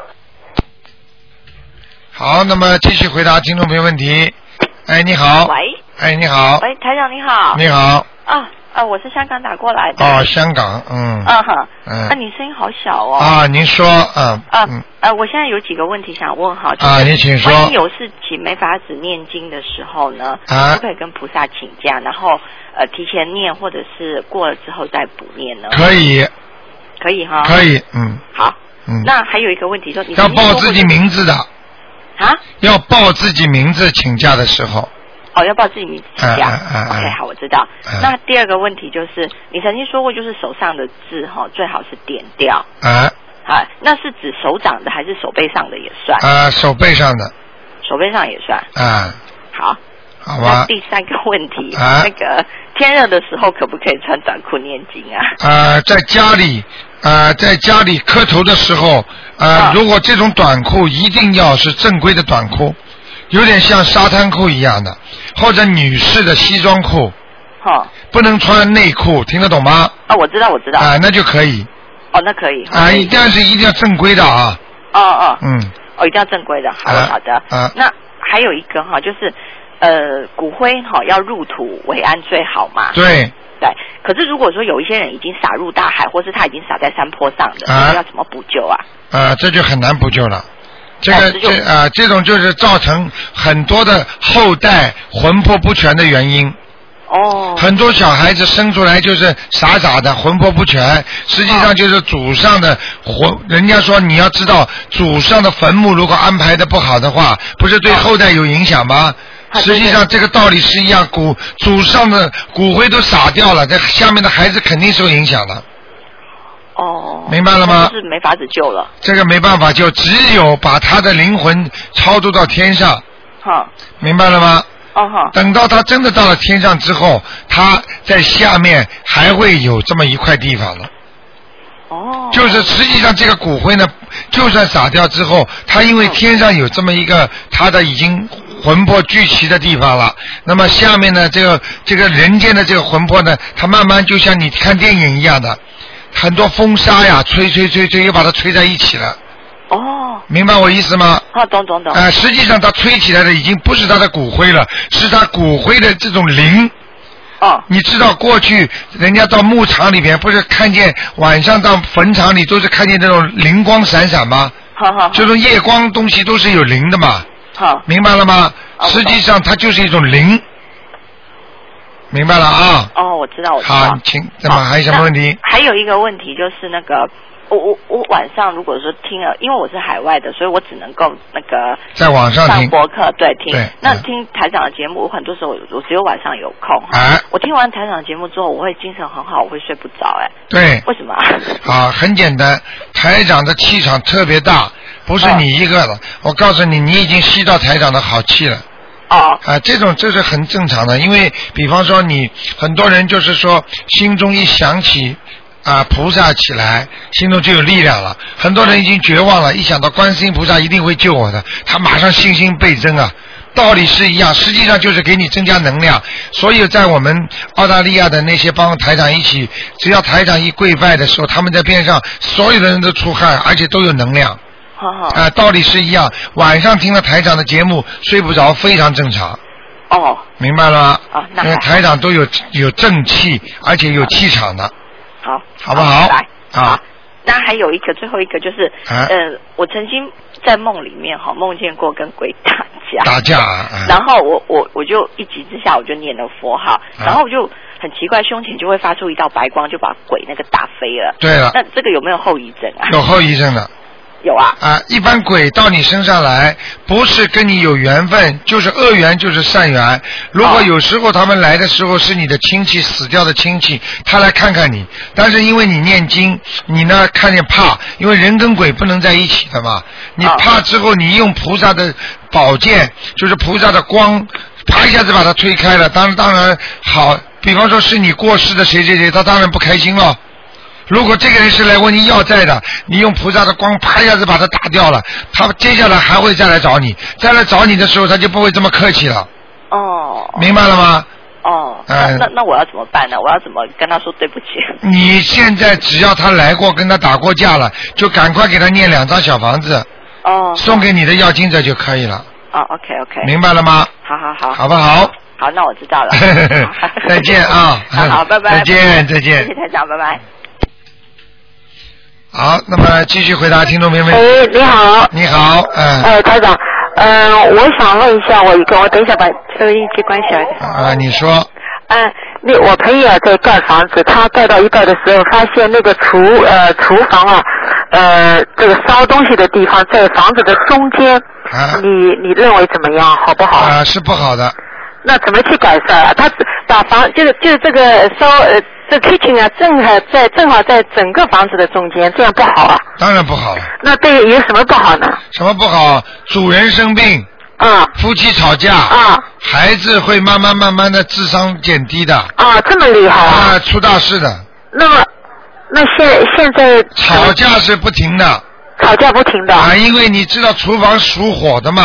好，那么继续回答听众朋友问题。哎，你好。 喂。 哎，你好。 喂，台长你好。 你好。 啊。啊，我是香港打过来的。 哦，香港，嗯。 嗯哼。 嗯。 啊，你声音好小哦。 啊，您说，嗯。 啊，嗯。呃，我现在有几个问题想问哈。 啊，你请说。 万一有事情没法子念经的时候呢， 啊， 可不可以跟菩萨请假，然后呃提前念，或者是过了之后再补念呢？ 可以。 可以哈。 可以，嗯。 好。 嗯。 那还有一个问题，说你要报自己名字的。 啊？ 要报自己名字请假的时候。 哦，要报自己名字请假。 啊啊啊、 OK， 好，我知道。 啊、 那第二个问题就是，你曾经说过，就是手上的字哈，最好是点掉。 啊。 啊，那是指手掌的还是手背上的也算？ 啊，手背上的。 手背上也算。 啊。 好。 好吧。 那第三个问题， 啊、 那个天热的时候可不可以穿短裤念经啊？ 啊，在家里，啊，在家里磕头的时候，啊，啊如果这种短裤一定要是正规的短裤。 有点像沙滩裤一样的，或者女士的西装裤。 好。 不能穿内裤，听得懂吗？ 哦，我知道，我知道。 啊，那就可以。 哦，那可以。 啊，但是一定要正规的啊。 哦哦。 嗯。 哦，一定要正规的，好的、啊、好的。啊。那还有一个哈，就是呃，骨灰哈要入土为安最好嘛。 对。 对。可是如果说有一些人已经撒入大海，或是他已经撒在山坡上的，啊、要怎么补救啊？啊， 这就很难补救了。这个这啊、呃，这种就是造成很多的后代魂魄不全的原因。 哦。 很多小孩子生出来就是傻傻的，魂魄不全，实际上就是祖上的魂。人家说你要知道，祖上的坟墓如果安排的不好的话，不是对后代有影响吗？实际上这个道理是一样，骨祖上的骨灰都撒掉了，这下面的孩子肯定受影响的。 哦。 明白了吗？ 就是没法子救了。 这个没办法救，只有把他的灵魂超度到天上。 好。 明白了吗？ 哦哈。 等到他真的到了天上之后，他在下面还会有这么一块地方了。 哦。 就是实际上这个骨灰呢，就算撒掉之后，他因为天上有这么一个他的已经魂魄聚齐的地方了，那么下面呢，这个这个人间的这个魂魄呢，它慢慢就像你看电影一样的，很多风沙呀，吹吹吹吹，又把它吹在一起了。 哦。 明白我意思吗？ 啊，懂懂懂。 啊、呃，实际上它吹起来的已经不是它的骨灰了，是它骨灰的这种灵。 哦。 你知道过去人家到牧场里边，不是看见晚上到坟场里都是看见这种灵光闪闪吗？ 好好。 这种夜光东西都是有灵的嘛。 好。 明白了吗？实际上它就是一种灵。明白了啊？ 哦，我知道，我知道。 好，请，那么还有什么问题？ 还有一个问题就是那个，我我我晚上如果说听了，因为我是海外的，所以我只能够那个在网上听上博客，对听。 对。 那听台长的节目，我很多时候我只有晚上有空。 哎。 我听完台长的节目之后，我会精神很好，我会睡不着，哎。 对。 为什么？ 啊，很简单，台长的气场特别大，不是你一个的。哦、我告诉你，你已经吸到台长的好气了。 哦。 啊，这种这是很正常的，因为比方说你很多人就是说心中一想起啊菩萨起来，心中就有力量了。很多人已经绝望了，一想到观世音菩萨一定会救我的，他马上信心倍增啊。道理是一样，实际上就是给你增加能量。所以在我们澳大利亚的那些帮台长一起，只要台长一跪拜的时候，他们在边上所有的人都出汗，而且都有能量。 好好。 啊，道理是一样。晚上听了台长的节目睡不着，非常正常。 哦。 明白了吗？ 啊，那因为台长都有有正气，而且有气场的。 好。 好不好？ 来。 啊。 那还有一个，最后一个就是， 啊、 呃，我曾经在梦里面哈梦见过跟鬼打架。 打架啊！啊然后我我我就一急之下我就念了佛号， 啊、 然后我就很奇怪，胸前就会发出一道白光，就把鬼那个打飞了。 对了。 那这个有没有后遗症啊？ 有后遗症的。 有啊。 啊，一般鬼到你身上来，不是跟你有缘分，就是恶缘，就是善缘。如果有时候他们来的时候是你的亲戚，死掉的亲戚，他来看看你，但是因为你念经，你呢看见怕，因为人跟鬼不能在一起的嘛。你怕之后，你用菩萨的宝剑，就是菩萨的光，啪一下子把它推开了。当然，当然好。比方说是你过世的谁谁谁，他当然不开心了。如果这个人是来问你要债的，你用菩萨的光啪一下子把他打掉了，他接下来还会再来找你，再来找你的时候他就不会这么客气了。 哦。 明白了吗？ 哦。 嗯、 那那那我要怎么办呢？我要怎么跟他说对不起？ 你现在只要他来过跟他打过架了，就赶快给他念两张小房子。 哦。 送给你的要经者就可以了。 哦 ，OK OK。 明白了吗？ 好好好。 好不好？ 好，那我知道了。 再见啊！ 好好，拜拜。 再见再见。 谢谢台长，拜拜。 好，那么继续回答听众朋友们。 哎，你好。 你好，嗯。 哎，台长，嗯、呃，我想问一下，我一个，我等一下把收音机关起来。 啊，你说。 嗯、呃，那我朋友啊在盖房子，他盖到一半的时候，发现那个厨呃厨房啊，呃这个烧东西的地方在房子的中间， 啊、 你你认为怎么样？好不好？ 啊，是不好的。 那怎么去改善啊？他把房就是就是这个烧呃这 kitchen 啊，正好在正好在整个房子的中间，这样不好啊？ 当然不好了。 那对有什么不好呢？ 什么不好？主人生病。 啊。 夫妻吵架。 啊。 孩子会慢慢慢慢的智商减低的。 啊，这么厉害啊！ 啊，出大事的。 那么，那现现在吵架是不停的。 吵架不停的。 啊，因为你知道厨房属火的嘛。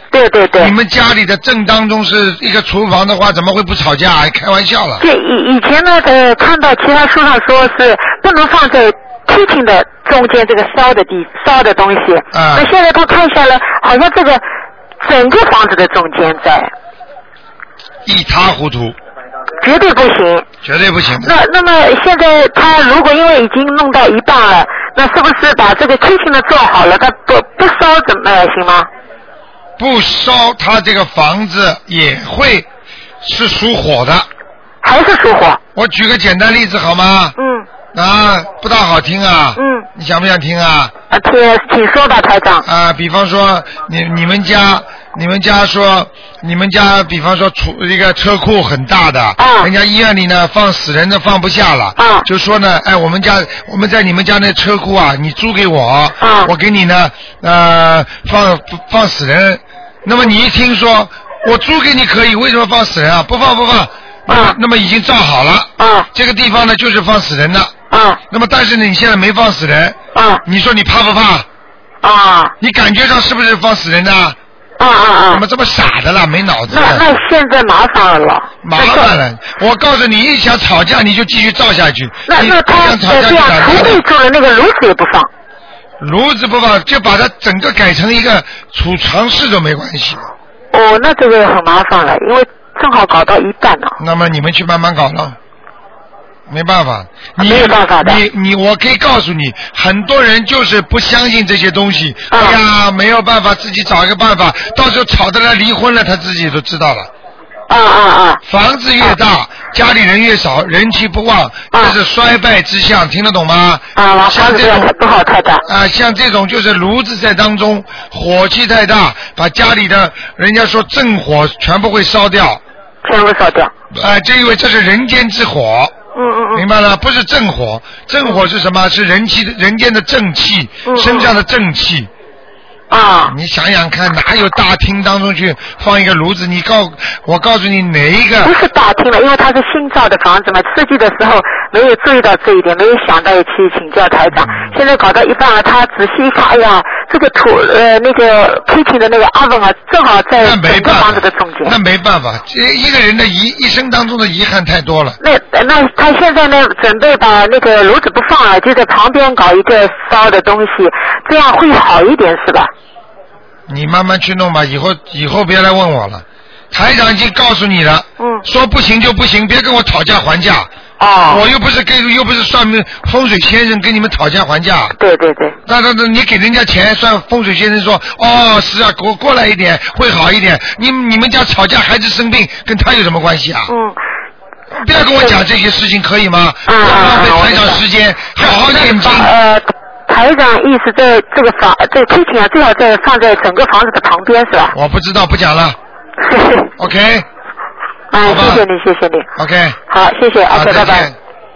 对对对。 你们家里的正当中是一个厨房的话，怎么会不吵架？还开玩笑了。 对，以以前呢，呃，看到其他书上说是不能放在kitchen的中间这个烧的地烧的东西。 啊。 那现在他看下来，好像这个整个房子的中间在。 一塌糊涂。 绝对不行。 绝对不行。 那那么现在他如果因为已经弄到一半了，那是不是把这个 kitchen 的做好了，他不不烧怎么行吗？ 不烧，他这个房子也会是属火的。 还是属火。 我举个简单例子好吗？ 嗯。 啊，不大好听啊。 嗯。 你想不想听啊？ 啊，请请说吧，台长。 啊，比方说你你们家你们家说你们家比方说储一个车库很大的， 啊， 人家医院里呢放死人的放不下了， 啊， 就说呢，哎，我们家我们在你们家那车库啊，你租给我， 啊， 我给你呢呃放放死人，那么你一听说我租给你可以，为什么放死人啊？不放不放，啊，那么已经造好了， 啊， 这个地方呢就是放死人的。 啊， 那么但是呢，你现在没放死人， 啊， 你说你怕不怕？ 啊， 你感觉上是不是放死人的？ 啊啊啊！ 怎么这么傻的啦？没脑子的。 那那现在麻烦了。 麻烦了，我告诉你，一想吵架你就继续照下去。 那那他呃这样，除非做了那个炉子也不放。 炉子不放，就把它整个改成一个储藏室都没关系。 哦，那这个很麻烦了，因为正好搞到一半了。 那么你们去慢慢搞了。没办法，你没有办法的。 你你，我可以告诉你，很多人就是不相信这些东西。 啊、 哎呀，没有办法，自己找一个办法，到时候吵得来离婚了，他自己都知道了。 啊啊啊！ 房子越大，啊、家里人越少，人气不旺，这是衰败之象，听得懂吗？ 啊， 像这种不好太大。 啊，像这种就是炉子在当中，火气太大，把家里的人家说正火全部会烧掉。 全部烧掉。 啊，就因为这是人间之火。 嗯嗯嗯， 明白了，不是正火，正火是什么？是人气、人间的正气， 嗯嗯身上的正气。 啊！ 你想想看，哪有大厅当中去放一个炉子？你告我告诉你，哪一个？ 不是大厅了，因为它是新造的房子嘛，设计的时候没有注意到这一点，没有想到去请教台长。嗯、现在搞到一半了，他仔细一看，哎呀，这个土呃那个 kitchen 的那个 oven 啊，正好在整个房子的中间。 那没办法，这一个人的遗一生当中的遗憾太多了。 那那他现在呢，准备把那个炉子不放了，就在旁边搞一个烧的东西，这样会好一点，是吧？ 你慢慢去弄吧，以后以后别来问我了。台长已经告诉你了， 嗯， 说不行就不行，别跟我讨价还价。 哦， 我又不是跟又不是算命风水先生跟你们讨价还价。 对对对。 那那那你给人家钱，算风水先生说，哦是啊，给我过来一点会好一点。你你们家吵架，孩子生病，跟他有什么关系啊？ 嗯。 不要跟我讲这些事情，可以吗？ 啊啊啊！ 浪费台长时间，好好念经。 呃。台长意思在这个房这个 kitchen 啊，最好在放在整个房子的旁边是吧？ 我不知道，不讲了。OK。 啊，谢谢你，谢谢你。 OK。 好，谢谢 ，OK， 拜拜。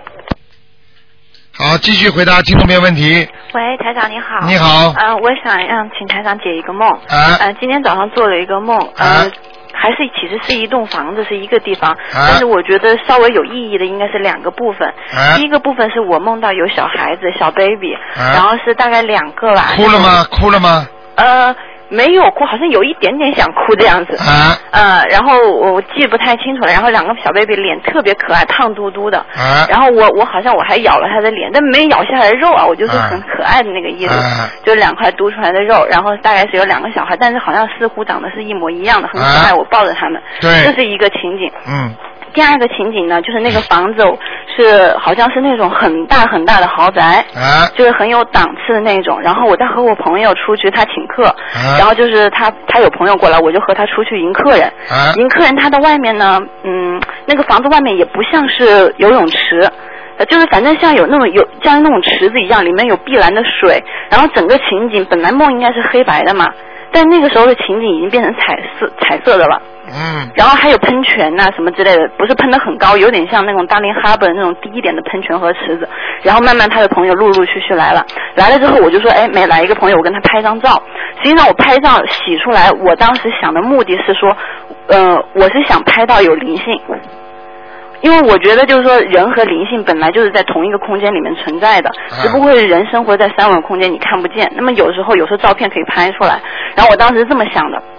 好，继续回答听众朋友问题。 喂，台长你好。 你好。 呃，我想让请台长解一个梦。 啊。 呃，今天早上做了一个梦。呃、 啊。 还是其实是一栋房子，是一个地方，啊、但是我觉得稍微有意义的应该是两个部分。 啊、 第一个部分是我梦到有小孩子，小 baby，、 啊、 然后是大概两个吧。 哭了吗？哭了吗？ 呃。没有哭，好像有一点点想哭的样子。 啊。 呃，然后我记不太清楚了。然后两个小 baby 脸特别可爱，胖嘟嘟的。 啊。 然后我我好像我还咬了他的脸，但没咬下来肉啊，我就是很可爱的那个意思， 啊、 就两块嘟出来的肉。然后大概是有两个小孩，但是好像似乎长得是一模一样的，很可爱。啊、我抱着他们。 对。 这是一个情景。 嗯。 第二个情景呢，就是那个房子是好像是那种很大很大的豪宅， 啊， 就是很有档次的那种。然后我在和我朋友出去，他请客， 啊、 然后就是他他有朋友过来，我就和他出去迎客人。 啊、 迎客人他的外面呢，嗯，那个房子外面也不像是游泳池。呃，就是反正像有那种有像那种池子一样，里面有碧蓝的水，然后整个情景本来梦应该是黑白的嘛，但那个时候的情景已经变成彩色彩色的了。 嗯。 然后还有喷泉呐、啊、什么之类的，不是喷得很高，有点像那种大林哈本那种低一点的喷泉和池子。然后慢慢他的朋友陆陆续续来了，来了之后我就说，哎，每来一个朋友我跟他拍张照。实际上我拍照洗出来，我当时想的目的是说，呃，我是想拍到有灵性。因为我觉得就是说人和灵性本来就是在同一个空间里面存在的，只不过人生活在三维空间你看不见，那么有时候有时候照片可以拍出来，然后我当时是这么想的，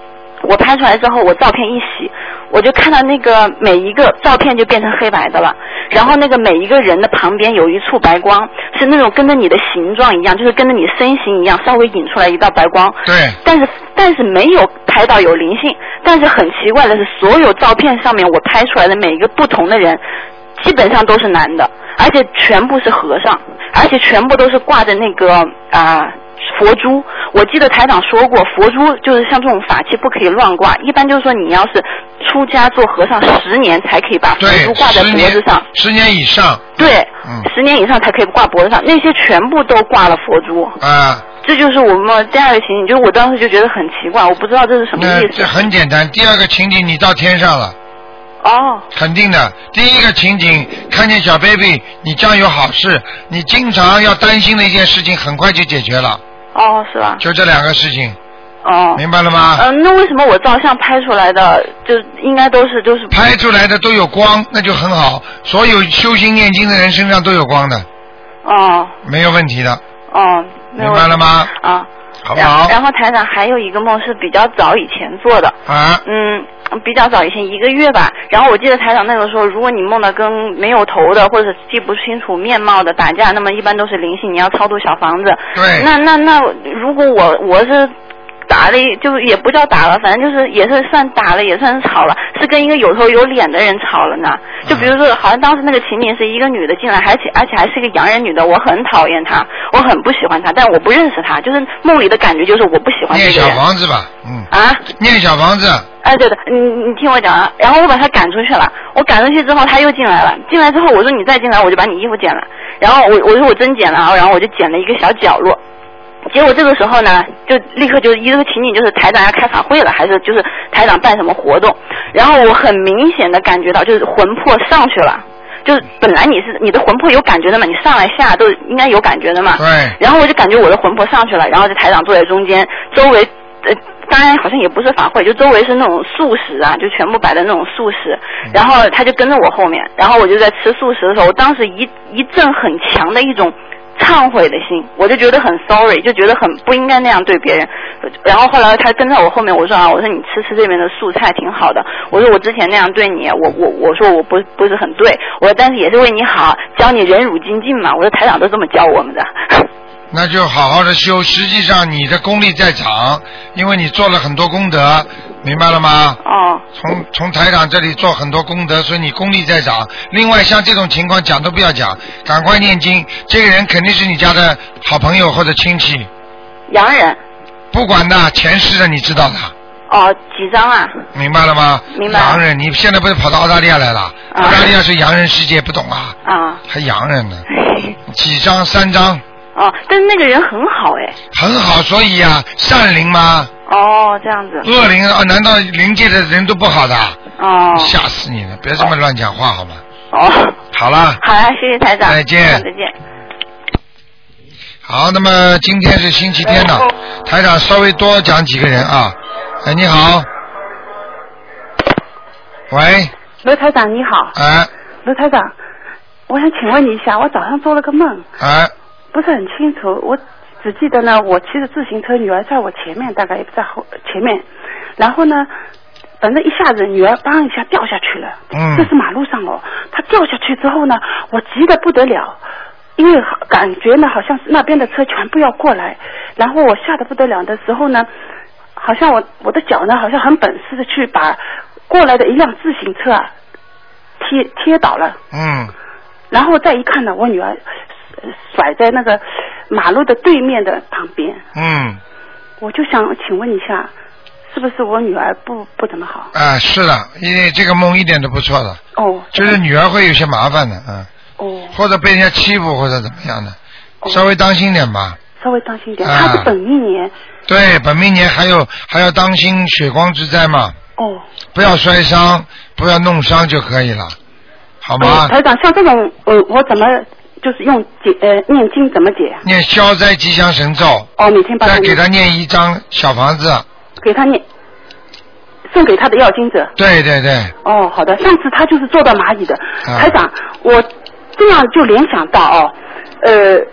我拍出来之后，我照片一洗，我就看到那个每一个照片就变成黑白的了，然后那个每一个人的旁边有一处白光，是那种跟着你的形状一样，就是跟着你身形一样，稍微引出来一道白光。 对。 但是但是没有拍到有灵性，但是很奇怪的是，所有照片上面我拍出来的每一个不同的人，基本上都是男的，而且全部是和尚，而且全部都是挂着那个啊。呃佛珠，我记得台长说过，佛珠就是像这种法器不可以乱挂，一般就是说你要是出家做和尚十年才可以把佛珠挂在脖子上， 十年以上， 对， 嗯， 十年以上才可以挂脖子上，那些全部都挂了佛珠啊。 这就是我们第二个情景，就是我当时就觉得很奇怪，我不知道这是什么意思。 这很简单，第二个情景你到天上了。 哦， 肯定的。第一个情景，看见小 baby， 你将有好事，你经常要担心的一件事情，很快就解决了。 哦，是吧？ 就这两个事情。 哦， 明白了吗？ 嗯、呃，那为什么我照相拍出来的就应该都是都是拍出来的都有光，那就很好。所有修心念经的人身上都有光的。 哦。 没有问题的。 哦， 明白了吗？ 啊。 好不好？ 然后台长还有一个梦是比较早以前做的。 啊。 嗯。比较早以前一个月吧，然后我记得台长那个时候，如果你梦到跟没有头的或者是记不清楚面貌的打架，那么一般都是灵性，你要超度小房子。 对。 那那那如果我我是打了，就也不叫打了，反正就是也是算打了，也算是吵了，是跟一个有头有脸的人吵了呢。就比如说，好像当时那个情景是一个女的进来，而且而且还是一个洋人女的，我很讨厌她，我很不喜欢她，但我不认识她，就是梦里的感觉就是我不喜欢这个人。 念小房子吧，嗯。 啊？ 念小房子。 哎，对的，你你听我讲啊，然后我把他赶出去了，我赶出去之后他又进来了，进来之后我说你再进来我就把你衣服剪了，然后我我说我真剪了啊，然后我就剪了一个小角落，结果这个时候呢，就立刻就是一个情景就是台长要开法会了，还是就是台长办什么活动，然后我很明显的感觉到就是魂魄上去了。就是本来你是你的魂魄有感觉的嘛，你上来下都应该有感觉的嘛。 对。 然后我就感觉我的魂魄上去了，然后这台长坐在中间，周围呃当然好像也不是法会，就周围是那种素食啊，就全部摆的那种素食，然后他就跟着我后面，然后我就在吃素食的时候，我当时一一阵很强的一种忏悔的心，我就觉得很 sorry， 就觉得很不应该那样对别人。然后后来他跟在我后面，我说啊，我说你吃吃这边的素菜挺好的，我说我之前那样对你，我我我说我不不是很对，我说但是也是为你好，教你忍辱精进嘛，我说台长都这么教我们的。 那就好好的修，实际上你的功力在长，因为你做了很多功德，明白了吗？ 哦。 从从台长这里做很多功德，所以你功力在长。另外像这种情况讲都不要讲，赶快念经。这个人肯定是你家的好朋友或者亲戚。 洋人。 不管的，前世的你知道的。 哦，几张啊？ 明白了吗？ 明白。 洋人，你现在不是跑到澳大利亚来了？啊、澳大利亚是洋人世界，不懂啊？ 啊。 还洋人呢？几张？三张。 哦，但是那个人很好哎。 很好，所以啊，善灵吗？ 哦，这样子。 恶灵啊？难道灵界的人都不好的？ 哦。 吓死你了！别这么乱讲话好吗？ 哦。 好了。 好了，谢谢台长。 再见。 再见。 好，那么今天是星期天了，台长稍微多讲几个人啊。哎，你好。喂。 罗台长你好。 哎。 罗台长，我想请问你一下，我早上做了个梦。 哎。 不是很清楚，我只记得呢，我骑着自行车，女儿在我前面，大概也不在后前面，然后呢，反正一下子女儿砰一下掉下去了， 嗯， 这是马路上哦，她掉下去之后呢，我急得不得了，因为感觉呢好像是那边的车全部要过来，然后我吓得不得了的时候呢，好像我我的脚呢好像很本事的去把过来的一辆自行车啊贴贴倒了， 嗯， 然后再一看呢，我女儿甩在那个马路的对面的旁边。 嗯， 我就想请问一下，是不是我女儿不不怎么好？ 啊，是的，因为这个梦一点都不错的。 哦。 就是女儿会有些麻烦的，嗯。 哦。 或者被人家欺负或者怎么样的，哦、稍微当心点吧。 稍微当心点， 啊、 她是本命年。 对，本命年还有还要当心血光之灾嘛。 哦。 不要摔伤，不要弄伤就可以了，好吗？ 嗯、台长，像这种，呃，我怎么？就是用解呃念经怎么解？ 念消灾吉祥神咒。 哦，每天帮他再给他念一张小房子。 给他念，送给他的要经者。 对对对。 哦，好的。上次他就是做到蚂蚁的， 啊、 台长，我这样就联想到哦，呃，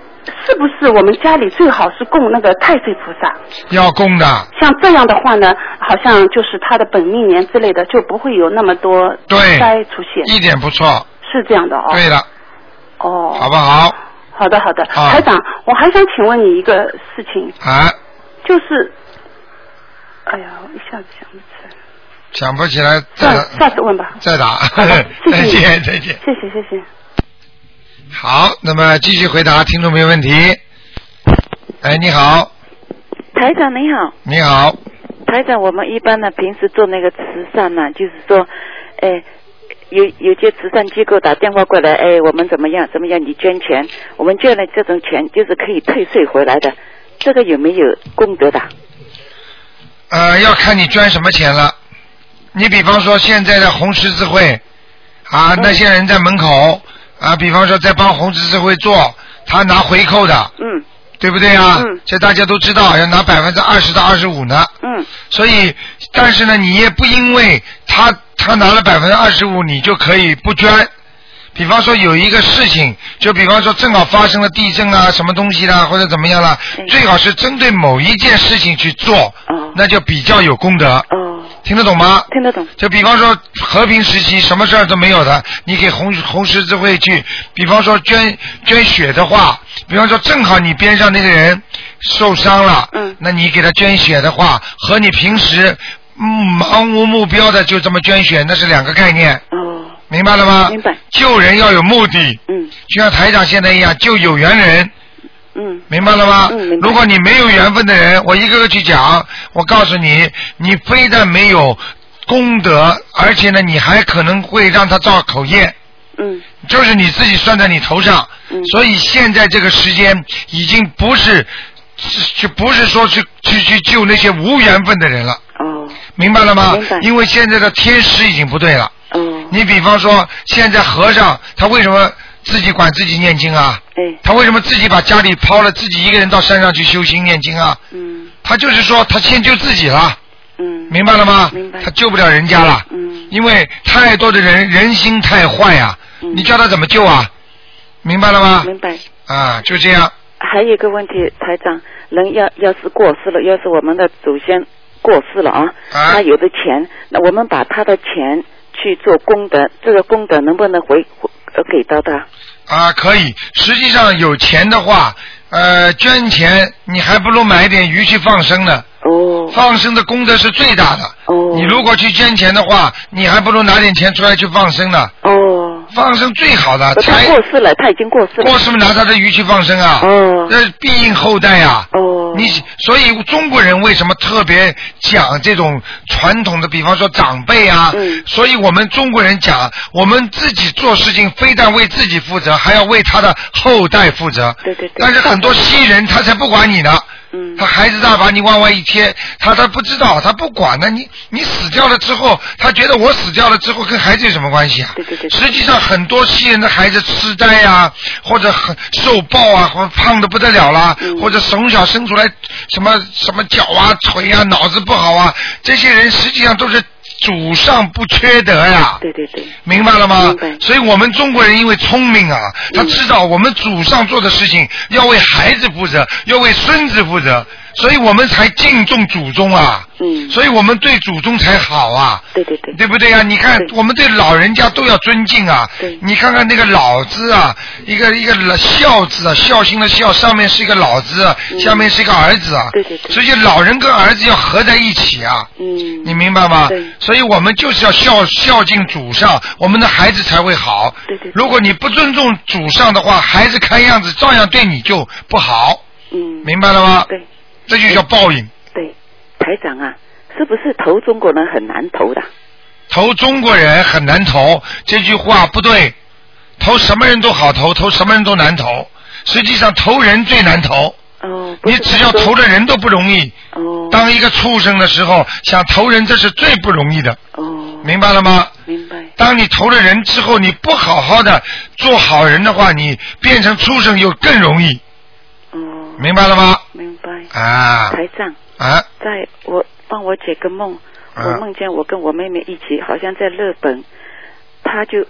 是不是我们家里最好是供那个太岁菩萨？ 要供的。 像这样的话呢，好像就是他的本命年之类的，就不会有那么多灾出现。 一点不错。 是这样的哦。 对了。 哦。 好不好？ 好的，好的。 啊、 台长，我还想请问你一个事情。 啊。 就是，哎呀，我一下子想不起来。 想不起来， 再下次问吧。 再打。 谢谢再见，再见。 谢谢，谢谢。 好，那么继续回答听众朋友问题。哎，你好。 台长你好。 你好。 台长，我们一般呢，平时做那个慈善呢、啊，就是说，哎，有有些慈善机构打电话过来，哎，我们怎么样怎么样，你捐钱，我们捐了这种钱就是可以退税回来的，这个有没有功德的？ 呃，要看你捐什么钱了。你比方说现在的红十字会啊，那些人在门口啊，比方说在帮红十字会做，他拿回扣的， 嗯， 对不对啊？ 嗯， 这大家都知道，要拿百分之二十到二十五呢。 嗯， 所以，但是呢，你也不因为他他拿了百分之二十五，你就可以不捐。比方说有一个事情，就比方说正好发生了地震啊，什么东西啦，或者怎么样啦，嗯、最好是针对某一件事情去做， 哦、 那就比较有功德。 哦。 听得懂吗？ 听得懂。 就比方说和平时期什么事儿都没有的，你给红红十字会去，比方说捐捐血的话，比方说正好你边上那个人受伤了， 嗯， 那你给他捐血的话，和你平时嗯盲无目标的就这么捐血，那是两个概念。 哦。 明白了吗？ 明白。 救人要有目的。 嗯。 就像台长现在一样，救有缘人。 嗯， 明白了吗？ 嗯，明白。 如果你没有缘分的人，我一个个去讲，我告诉你，你非但没有功德，而且呢，你还可能会让他造口业。 嗯。 就是你自己算在你头上。 嗯。 所以现在这个时间已经不是，就不是说去去去救那些无缘分的人了。 哦。 明白了吗？ 明白。 因为现在的天时已经不对了。 哦。 你比方说，现在和尚他为什么自己管自己念经啊？ 哎， 他为什么自己把家里抛了，自己一个人到山上去修心念经啊？ 嗯， 他就是说他先救自己了。 嗯， 明白了吗？ 明白。 他救不了人家了。 嗯， 因为太多的人人心太坏啊、嗯，你叫他怎么救啊？明白了吗？ 明白。 啊，就这样。 还有一个问题，台长，人要要是过世了，要是我们的祖先过世了啊， 啊他有的钱，那我们把他的钱去做功德，这个功德能不能回呃给到他？ 啊，可以。实际上有钱的话，呃，捐钱你还不如买点鱼去放生呢。 哦。 放生的功德是最大的。 哦。 你如果去捐钱的话，你还不如拿点钱出来去放生呢。 哦。 放生最好的。 他过世了，他已经过世了。 过世了拿他的鱼去放生啊。 哦。 那必应后代啊。 哦。 你所以中国人为什么特别讲这种传统的，比方说长辈啊。 嗯。 所以我们中国人讲，我们自己做事情非但为自己负责，还要为他的后代负责。 对对对。 但是很多西人他才不管你呢。 嗯。 他孩子大把你往外一贴，他他不知道，他不管呢。你你死掉了之后，他觉得我死掉了之后跟孩子有什么关系啊？ 对对对。 实际上很多西人的孩子痴呆啊，或者很瘦爆啊，或者胖的不得了啦、 嗯， 或者从小生出来什么什么脚啊、腿啊、脑子不好啊，这些人实际上都是祖上不缺德呀。 对对对。 明白了吗？ 明白。 所以我们中国人因为聪明啊，他知道我们祖上做的事情要为孩子负责，要为孙子负责。所以我们才敬重祖宗啊， 嗯， 所以我们对祖宗才好啊， 对对对， 对不对啊？你看我们对老人家都要尊敬啊， 对， 你看看那个老字啊，一个一个孝字啊，孝心的孝，上面是一个老字，嗯、下面是一个儿子啊， 对对对， 所以老人跟儿子要合在一起啊， 嗯， 你明白吗？ 对， 所以我们就是要孝孝敬祖上，我们的孩子才会好， 对对， 如果你不尊重祖上的话，孩子看样子照样对你就不好， 嗯， 明白了吗？ 对。 这就叫报应。 对，台长啊，是不是投中国人很难投的？ 投中国人很难投，这句话不对。投什么人都好投，投什么人都难投。实际上投人最难投。 哦。 你只要投的人都不容易。 哦。 当一个畜生的时候，想投人这是最不容易的。 哦。 明白了吗？ 明白。 当你投了人之后，你不好好的做好人的话，你变成畜生又更容易。 哦。 明白了吗？ 明白。 啊。 台长。 啊。 在我帮我解个梦， 啊、 我梦见我跟我妹妹一起，好像在日本，她就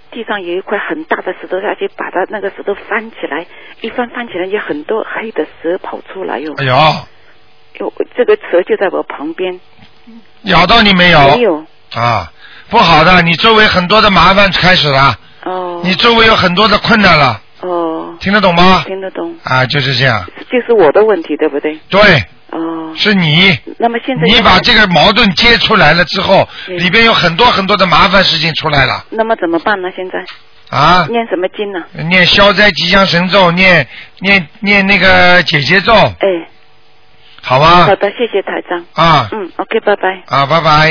地上有一块很大的石头下去，把它那个石头翻起来，一翻翻起来有很多黑的蛇跑出来哟。 哎呦， 有这个蛇就在我旁边。 咬到你没有？ 没有。 啊，不好的，你周围很多的麻烦开始了。 哦。 你周围有很多的困难了。 哦。 听得懂吗？ 听得懂。 啊，就是这样。 就是我的问题，对不对？ 对。 哦。 是你。 那么现在你把这个矛盾接出来了之后，里边有很多很多的麻烦事情出来了。 那么怎么办呢？现在？ 啊。 念什么经呢？ 念消灾吉祥神咒，念念念那个解结咒。 哎。 好吧。 好的，谢谢台长。 啊。 嗯 ，OK， 拜拜。 啊，拜拜。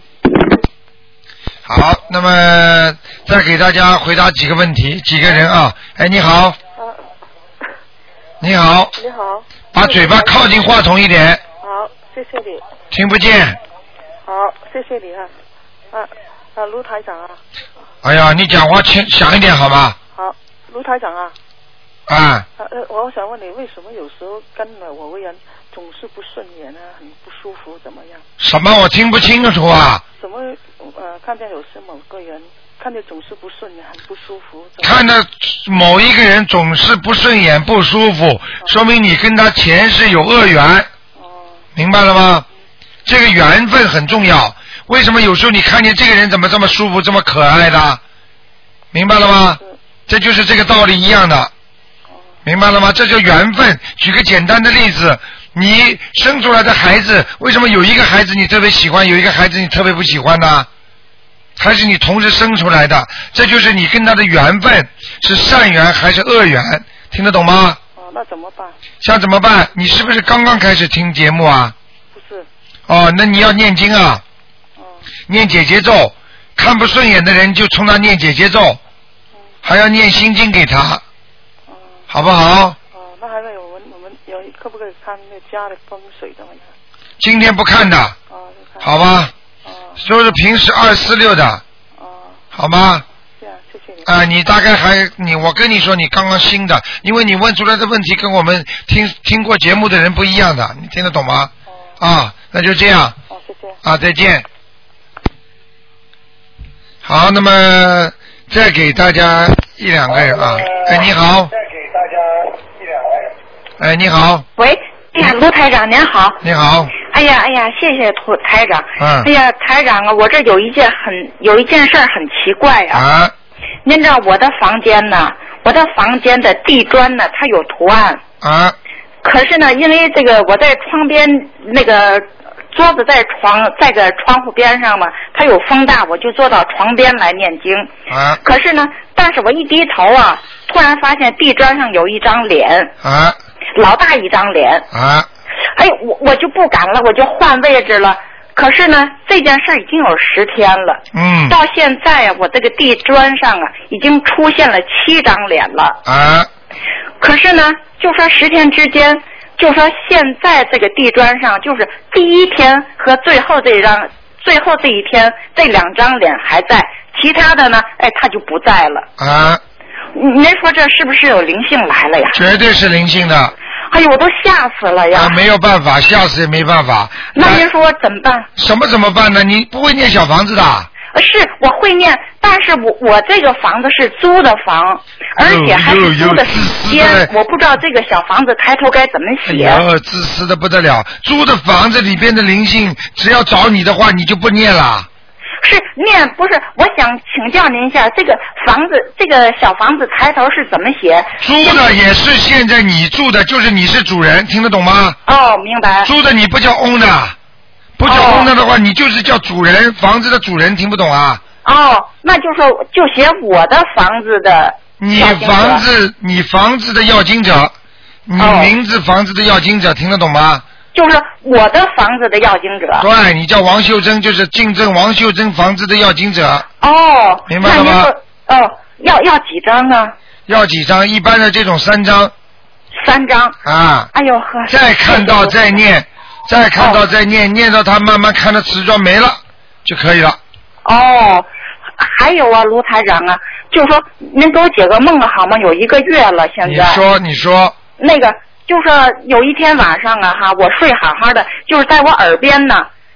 好，那么再给大家回答几个问题，几个人啊？哎，你好。你好。 你好。 把嘴巴靠近话筒一点。 好，谢谢你。 听不见。 好，谢谢你啊。啊啊，卢台长啊。 哎呀，你讲话轻响一点好吗？ 好，卢台长啊。 啊。 呃，我想问你，为什么有时候跟了我为人总是不顺眼啊，很不舒服，怎么样？ 什么？我听不清楚啊。 怎么呃，看见有时某个人看见总是不顺眼，很不舒服。 看到某一个人总是不顺眼、不舒服，哦、说明你跟他前世有恶缘。哦。明白了吗？这个缘分很重要。为什么有时候你看见这个人怎么这么舒服、这么可爱的？明白了吗？这就是这个道理一样的。明白了吗？这叫缘分。举个简单的例子，你生出来的孩子，为什么有一个孩子你特别喜欢，有一个孩子你特别不喜欢呢？还是你同时生出来的？这就是你跟他的缘分是善缘还是恶缘，听得懂吗？ 哦，那怎么办？ 想怎么办？你是不是刚刚开始听节目啊？ 不是。 哦，那你要念经啊。哦。念解结咒，看不顺眼的人就冲他念解结咒，嗯、还要念心经给他。好不好？ 哦，那还有我们我们有可不可以看那家的风水怎么样？ 今天不看的。哦，好吧。哦。都是平时二四六的。哦。好吗？ 这样，谢谢你。 啊，你大概还你我跟你说，你刚刚新的，因为你问出来的问题跟我们听听过节目的人不一样的，你听得懂吗？哦。啊，那就这样。 哦，谢谢。 啊，再见。好，那么再给大家一两个人啊。哎，你好。 大家一两位。 哎，你好。 喂，哎呀，卢台长您好。 你好。 哎呀哎呀，谢谢涂台长。 嗯。 哎呀，台长啊，我这有一件很有一件事儿很奇怪啊。 啊。 您知道我的房间呢？我的房间的地砖呢，它有图案。 啊。 可是呢，因为这个我在窗边那个桌子在床在个窗户边上嘛，它有风大，我就坐到床边来念经。 啊。 可是呢，但是我一低头啊。突然发现地砖上有一张脸， 啊， 老大一张脸， 啊， 哎，我我就不敢了，我就换位置了。可是呢，这件事已经有十天了， 嗯， 到现在啊，我这个地砖上啊，已经出现了七张脸了， 啊， 可是呢，就说十天之间，就说现在这个地砖上，就是第一天和最后这一张，最后这一天这两张脸还在，其他的呢，哎，它就不在了， 啊。 您说这是不是有灵性来了呀？ 绝对是灵性的。 哎呦，我都吓死了呀！ 啊，没有办法，吓死也没办法。 那您说怎么办？ 什么怎么办呢？你不会念小房子的？ 呃，是我会念，但是我我这个房子是租的房，而且还是租的时间，我不知道这个小房子抬头该怎么写。 哎呦，自私的不得了！租的房子里边的灵性，只要找你的话，你就不念了。 是念不是？我想请教您一下，这个房子，这个小房子抬头是怎么写？ 租的也是现在你住的，就是你是主人，听得懂吗？ 哦，明白。 租的你不叫 owner， 不叫 owner 的话，哦、你就是叫主人，房子的主人，听不懂啊？ 哦，那就说就写我的房子的。 你房子，你房子的要经者，你名字房子的要经者，听得懂吗？ 就是我的房子的要经者。 对，你叫王秀珍，就是竞争王秀珍房子的要经者。 哦， 明白了吗？ 哦，要要几张呢？ 要几张？一般的这种三张。 三张。 啊。 哎呦呵。 再看到再念，再看到再念，哦、念到他慢慢看到瓷砖没了就可以了。 哦，还有啊，卢台长啊，就是说您给我解个梦好吗？有一个月了，现在。 你说，你说。 那个。就是有一天晚上啊哈，我睡好好的，就是在我耳边呢，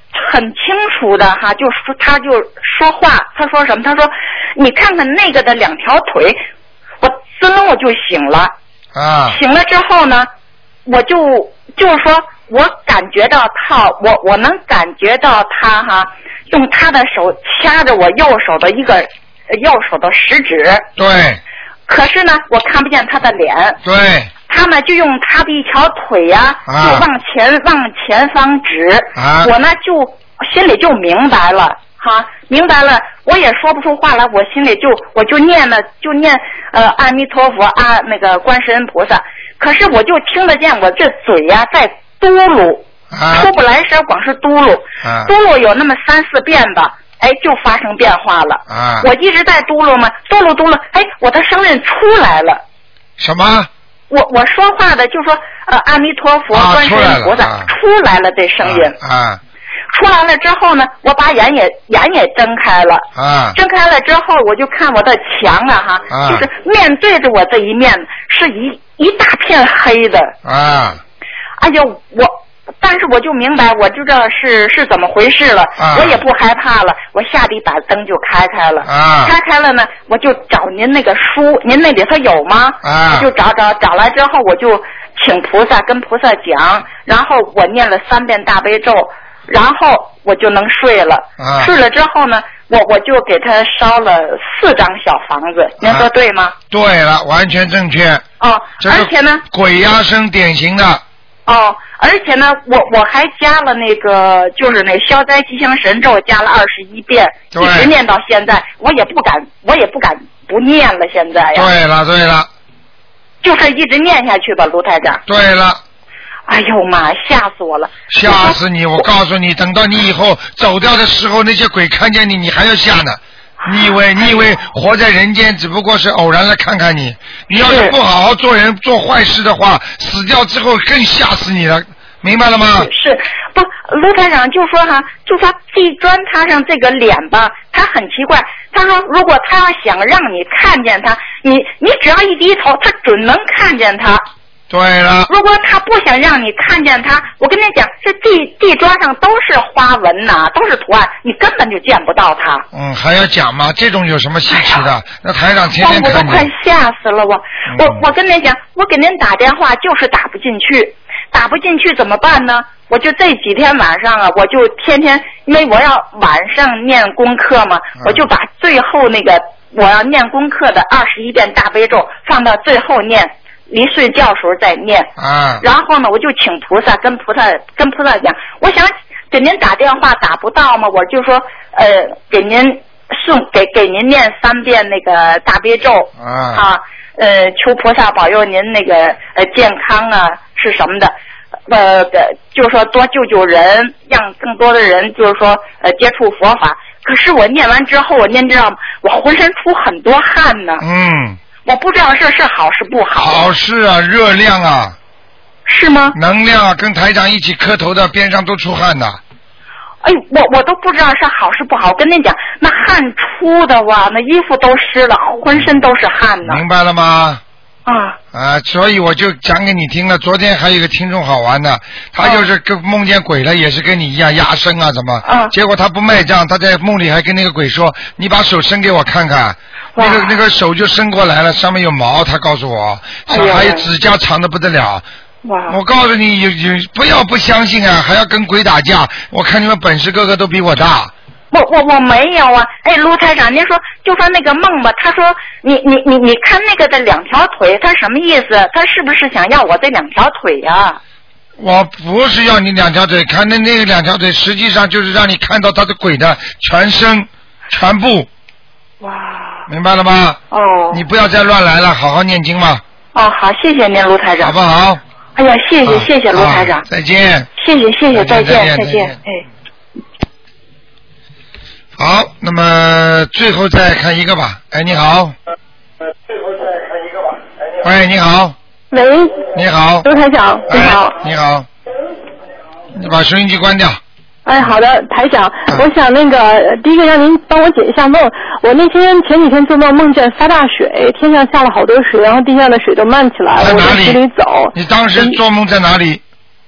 很清楚的哈，就说他就说话，他说什么？他说你看看那个的两条腿，我噌我就醒了。 啊。 醒了之后呢，我就就是说我感觉到他，我我能感觉到他哈，用他的手掐着我右手的一个右手的食指。 对。 可是呢，我看不见他的脸。 对。 他呢就用他的一条腿呀、啊，啊、就往前往前方指。啊。我呢就心里就明白了，哈，明白了，我也说不出话来，我心里就我就念了，就念呃阿弥陀佛啊，那个观世音菩萨。可是我就听得见我这嘴呀、啊、在嘟噜，啊、出不来声，光是嘟噜，啊、嘟噜有那么三四遍吧。哎，就发生变化了。啊！我一直在嘟噜嘛，嘟噜嘟噜，哎，我的声音出来了。 什么？ 我我说话的就说呃阿弥陀佛、 啊、 观世音菩萨出来了这声音。 啊。啊出来了之后呢，我把眼也眼也睁开了。 啊。 睁开了之后，我就看我的墙啊哈， 啊就是面对着我这一面是一一大片黑的。 啊。 哎呦我。但是我就明白，我知道是是怎么回事了， 啊、 我也不害怕了。我下地把灯就开开了， 啊、 开开了呢，我就找您那个书，您那里头有吗？ 啊、 我就找找找来之后，我就请菩萨跟菩萨讲，然后我念了三遍大悲咒，然后我就能睡了。 啊、 睡了之后呢，我我就给他烧了四张小房子，您说对吗？ 对了，完全正确。 哦，而且呢， 鬼压身典型的。 哦，而且呢，我我还加了那个，就是那消灾吉祥神咒，加了二十一遍，一直念到现在，我也不敢，我也不敢不念了。现在呀。 对了，对了。 就是一直念下去吧，卢台长。 对了。 哎呦妈，吓死我了！ 吓死你！我告诉你，等到你以后走掉的时候，那些鬼看见你，你还要吓呢。你以为你以为活在人间只不过是偶然来看看你？你要是不好好做人做坏事的话，死掉之后更吓死你了，明白了吗？ 是，不，卢台长就说哈，就说地砖他上这个脸吧，他很奇怪。他说，如果他要想让你看见他，你你只要一低头，他准能看见他。 对了。 如果他不想让你看见他，我跟你讲，这地地砖上都是花纹呐、啊，都是图案，你根本就见不到他。 嗯，还要讲吗？这种有什么稀奇的？哎、那台长天天看你。我都快吓死了我！嗯、我我跟您讲，我给您打电话就是打不进去，打不进去怎么办呢？我就这几天晚上啊，我就天天，因为我要晚上念功课嘛，嗯、我就把最后那个我要念功课的二十一遍大悲咒放到最后念。临睡觉时候再念， 啊， 然后呢，我就请菩萨跟菩萨跟菩萨讲，我想给您打电话打不到嘛，我就说呃给您送给给您念三遍那个大悲咒， 啊， 啊呃求菩萨保佑您那个呃健康啊是什么的，呃就是说多救救人，让更多的人就是说呃接触佛法。可是我念完之后，我念知道我浑身出很多汗呢， 嗯。 我不知道这是好是不好。 好事啊，热量啊。 是吗？ 能量啊，跟台长一起磕头的边上都出汗的。 哎，我我都不知道是好是不好。我跟你讲，那汗出的哇，那衣服都湿了，浑身都是汗呢。 明白了吗？ 啊啊，所以我就讲给你听了。昨天还有一个听众好玩的，他就是跟梦见鬼了，也是跟你一样压身啊，怎么？ 嗯。 结果他不卖账，他在梦里还跟那个鬼说：“你把手伸给我看看。”那个那个手就伸过来了，上面有毛，他告诉我，还有指甲长的不得了。 哇！ 我告诉你，有有不要不相信啊，还要跟鬼打架。我看你们本事个个都比我大。 我我我没有啊！哎，卢台长，您说就说那个梦吧，他说你你你你看那个的两条腿，他什么意思？他是不是想要我这两条腿呀、啊？ 我不是要你两条腿，看那那个两条腿，实际上就是让你看到他的鬼的全身全部。 哇！ 明白了吗？ 哦。 你不要再乱来了，好好念经吧。 哦，好，谢谢您，卢台长。 好不好？ 哎呀，谢谢、啊、谢谢卢台长、啊。 再见。 谢谢谢谢，再见再见哎。 好，那么最后再看一个吧。哎，你好。 最后再看一个吧。 喂，你好。 喂。 你好。 卢台长，你好。 哎、你好。你把收音机关掉。 哎，好的，台长，嗯、我想那个第一个让您帮我解一下梦。我那天前几天做梦梦见发大水，天上下了好多水，然后地上的水都漫起来了，我在水里走。 你当时做梦在哪里？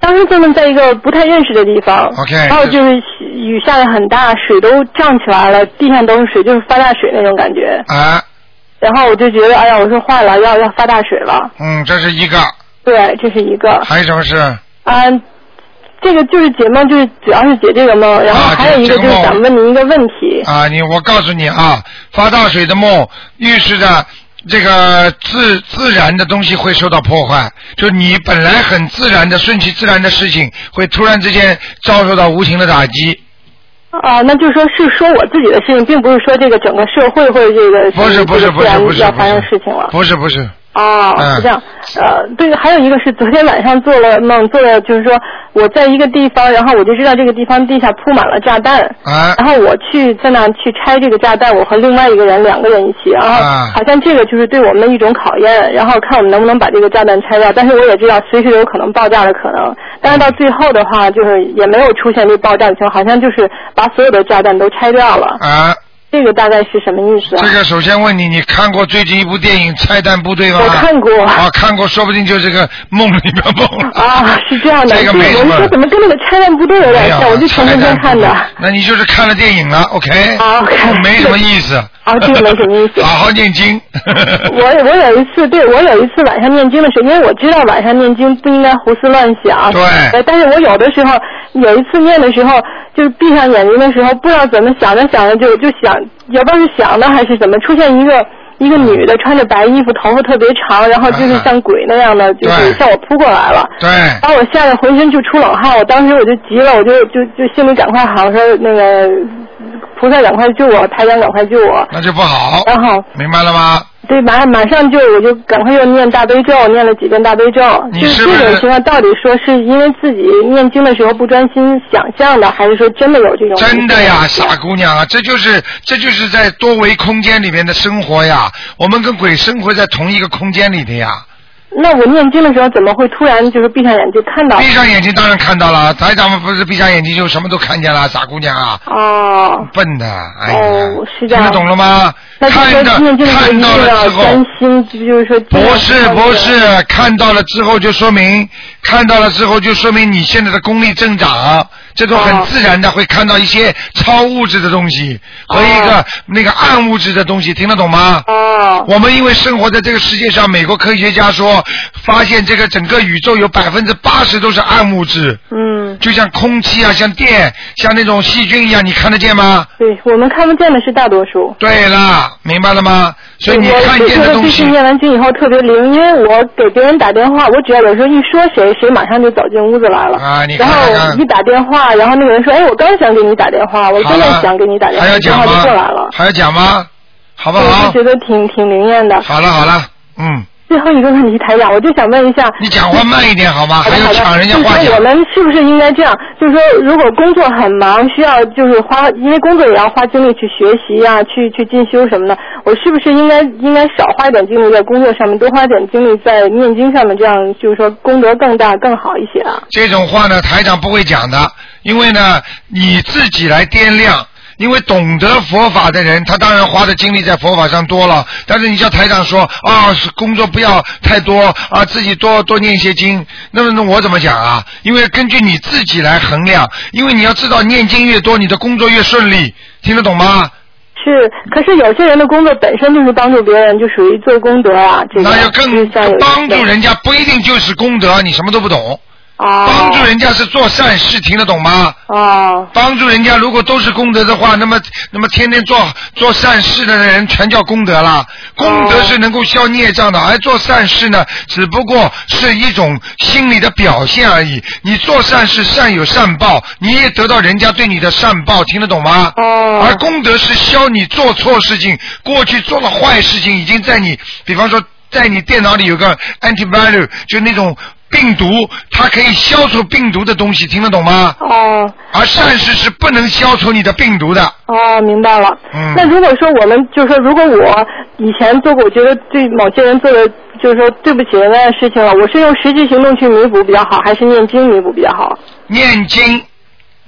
当时正在一个不太认识的地方 ，OK， 然后就是雨下的很大，水都涨起来了，地上都是水，就是发大水那种感觉。 啊。 然后我就觉得，哎呀，我说坏了，要要发大水了。 嗯，这是一个。 对，这是一个。 还有什么事？ 啊，这个就是解梦，就是主要是解这个梦，然后还有一个就是想问您一个问题。 啊，你我告诉你啊，发大水的梦预示着这个自自然的东西会受到破坏，就你本来很自然的顺其自然的事情，会突然之间遭受到无情的打击。 啊，那就是说是说我自己的事情，并不是说这个整个社会或者这个不是不是不是不是要发生事情了。 不是不是。 哦， 嗯、 是这样。呃，对，还有一个是昨天晚上做了梦，做了就是说我在一个地方，然后我就知道这个地方地下铺满了炸弹， 啊、 然后我去在那去拆这个炸弹，我和另外一个人两个人一起，然后好像这个就是对我们的一种考验，然后看我们能不能把这个炸弹拆掉。但是我也知道随时有可能爆炸的可能，但是到最后的话，就是也没有出现这爆炸的情况，好像就是把所有的炸弹都拆掉了。 啊。 这个大概是什么意思啊？ 这个首先问你，你看过最近一部电影《拆弹部队》吗？ 我看过。 啊，看过，说不定就是个梦里面梦了。 啊，是这样的。 这个没什么。 我说怎么跟那个拆弹部队有点像？我就前几天看的。 那你就是看了电影了 ，OK？ 啊 ，OK。 没什么意思。 啊，这个没什么意思。 好好念经。 我我有一次，对我有一次晚上念经的时候，因为我知道晚上念经不应该胡思乱想。 对。 呃，但是我有的时候有一次念的时候，就是闭上眼睛的时候，不知道怎么想着想着就就想，也不知道是想的还是怎么，出现一个一个女的穿着白衣服，头发特别长，然后就是像鬼那样的，就是向我扑过来了。 对。 把我吓得浑身就出冷汗，我当时我就急了，我就就就心里赶快喊说那个菩萨赶快救我，台长赶快救我。 那就不好。 然后明白了吗？ 对，马马上就我就赶快又念大悲咒，念了几遍大悲咒。 你是不是这种情况到底说是因为自己念经的时候不专心想象的，还是说真的有这种？ 真的呀，傻姑娘啊，这就是这就是在多维空间里面的生活呀。我们跟鬼生活在同一个空间里的呀。 那我念经的时候怎么会突然就是闭上眼睛看到？ 闭上眼睛当然看到了，台长们不是闭上眼睛就什么都看见了，傻姑娘啊！ 哦， 笨的，哎呀， 哦，是这样， 听得懂了吗？ 看到看到了之后， 担心就是说不是不是，看到了之后就说明看到了之后就说明你现在的功力增长，这种很自然的会看到一些超物质的东西和一个那个暗物质的东西，听得懂吗？ 哦， 我们因为生活在这个世界上，美国科学家说发现这个整个宇宙有百分之八十都是暗物质， 嗯， 就像空气啊，像电，像那种细菌一样，你看得见吗？ 对，我们看不见的是大多数。 对啦，明白了吗？所以你看见的东西。 我念完经以后特别灵，因为我给别人打电话，我只要有时候一说谁，谁马上就走进屋子来了。 啊，你看看。然后一打电话，然后那个人说：“哎，我刚想给你打电话，我真的想给你打电话。” 还要讲吗？ 电话就过来了。 还要讲吗？好不好？ 我就觉得挺挺灵验的。 好了好了，嗯。 最后一个问题，台长，我就想问一下， 你讲话慢一点好吗？还要抢人家话讲。 就是我们是不是应该这样？就是说，如果工作很忙，需要就是花，因为工作也要花精力去学习啊，去去进修什么的，我是不是应该应该少花一点精力在工作上面，多花点精力在念经上面，这样就是说功德更大更好一些啊？ 这种话呢，台长不会讲的，因为呢，你自己来掂量。因为懂得佛法的人，他当然花的精力在佛法上多了。但是你叫台长说啊，工作不要太多啊，自己多多念一些经。那么我怎么讲啊？因为根据你自己来衡量，因为你要知道念经越多，你的工作越顺利，听得懂吗？ 是，可是有些人的工作本身就是帮助别人，就属于做功德啊。这个、 那要更帮助人家不一定就是功德，你什么都不懂。 哦， 帮助人家是做善事，听得懂吗？ 哦， 帮助人家如果都是功德的话，那么那么天天做做善事的人全叫功德了。功德是能够消孽障的，而做善事呢，只不过是一种心理的表现而已。你做善事，善有善报，你也得到人家对你的善报，听得懂吗？ 哦。 而功德是消你做错事情，过去做了坏事情，已经在你，比方说在你电脑里有个 antivirus， 就那种。病毒，它可以消除病毒的东西，听得懂吗？ 哦。 而善事是不能消除你的病毒的。 哦，明白了。 嗯。 那如果说我们就是说，如果我以前做过，我觉得对某些人做的就是说对不起人家的事情了，我是用实际行动去弥补比较好，还是念经弥补比较好？ 念经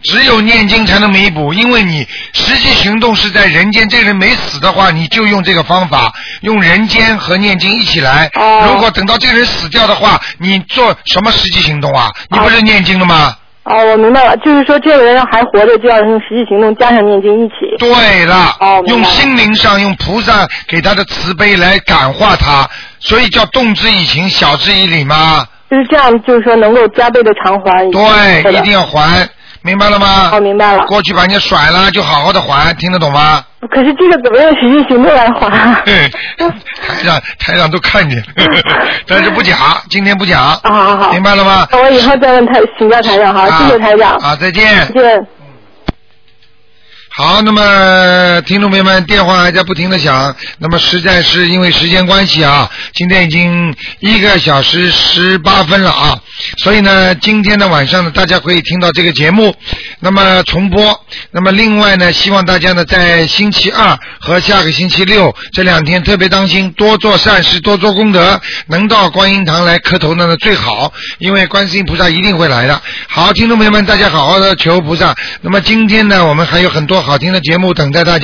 只有念经才能弥补，因为你实际行动是在人间，这个人没死的话，你就用这个方法，用人间和念经一起来。 哦、 如果等到这个人死掉的话，你做什么实际行动啊？你不是念经了吗？ 哦，我明白了，就是说这个人要还活着，就要用实际行动加上念经一起。 对了， 哦， 用心灵上用菩萨给他的慈悲来感化他，所以叫动之以情，晓之以理嘛。 就是这样，就是说能够加倍的偿还。 对，一定要还，明白了吗？ 哦，明白了。 过去把人家甩了，就好好的还，听得懂吗？ 可是这个怎么用实际行动来还？ 台上台上都看见，但是不讲，今天不讲。 啊，好好， 明白了吗？ 我以后再问台，请教台长哈，谢谢台长。 啊，再见。 再见。 好，那么听众朋友们，电话还在不停的响，那么实在是因为时间关系啊，今天已经一个小时十八分了啊，所以呢，今天的晚上呢，大家可以听到这个节目，那么重播。那么另外呢，希望大家呢在星期二和下个星期六这两天特别当心，多做善事，多做功德，能到观音堂来磕头呢最好，因为观世音菩萨一定会来的。好，听众朋友们，大家好好的求菩萨。那么今天呢，我们还有很多好听的节目等待大家。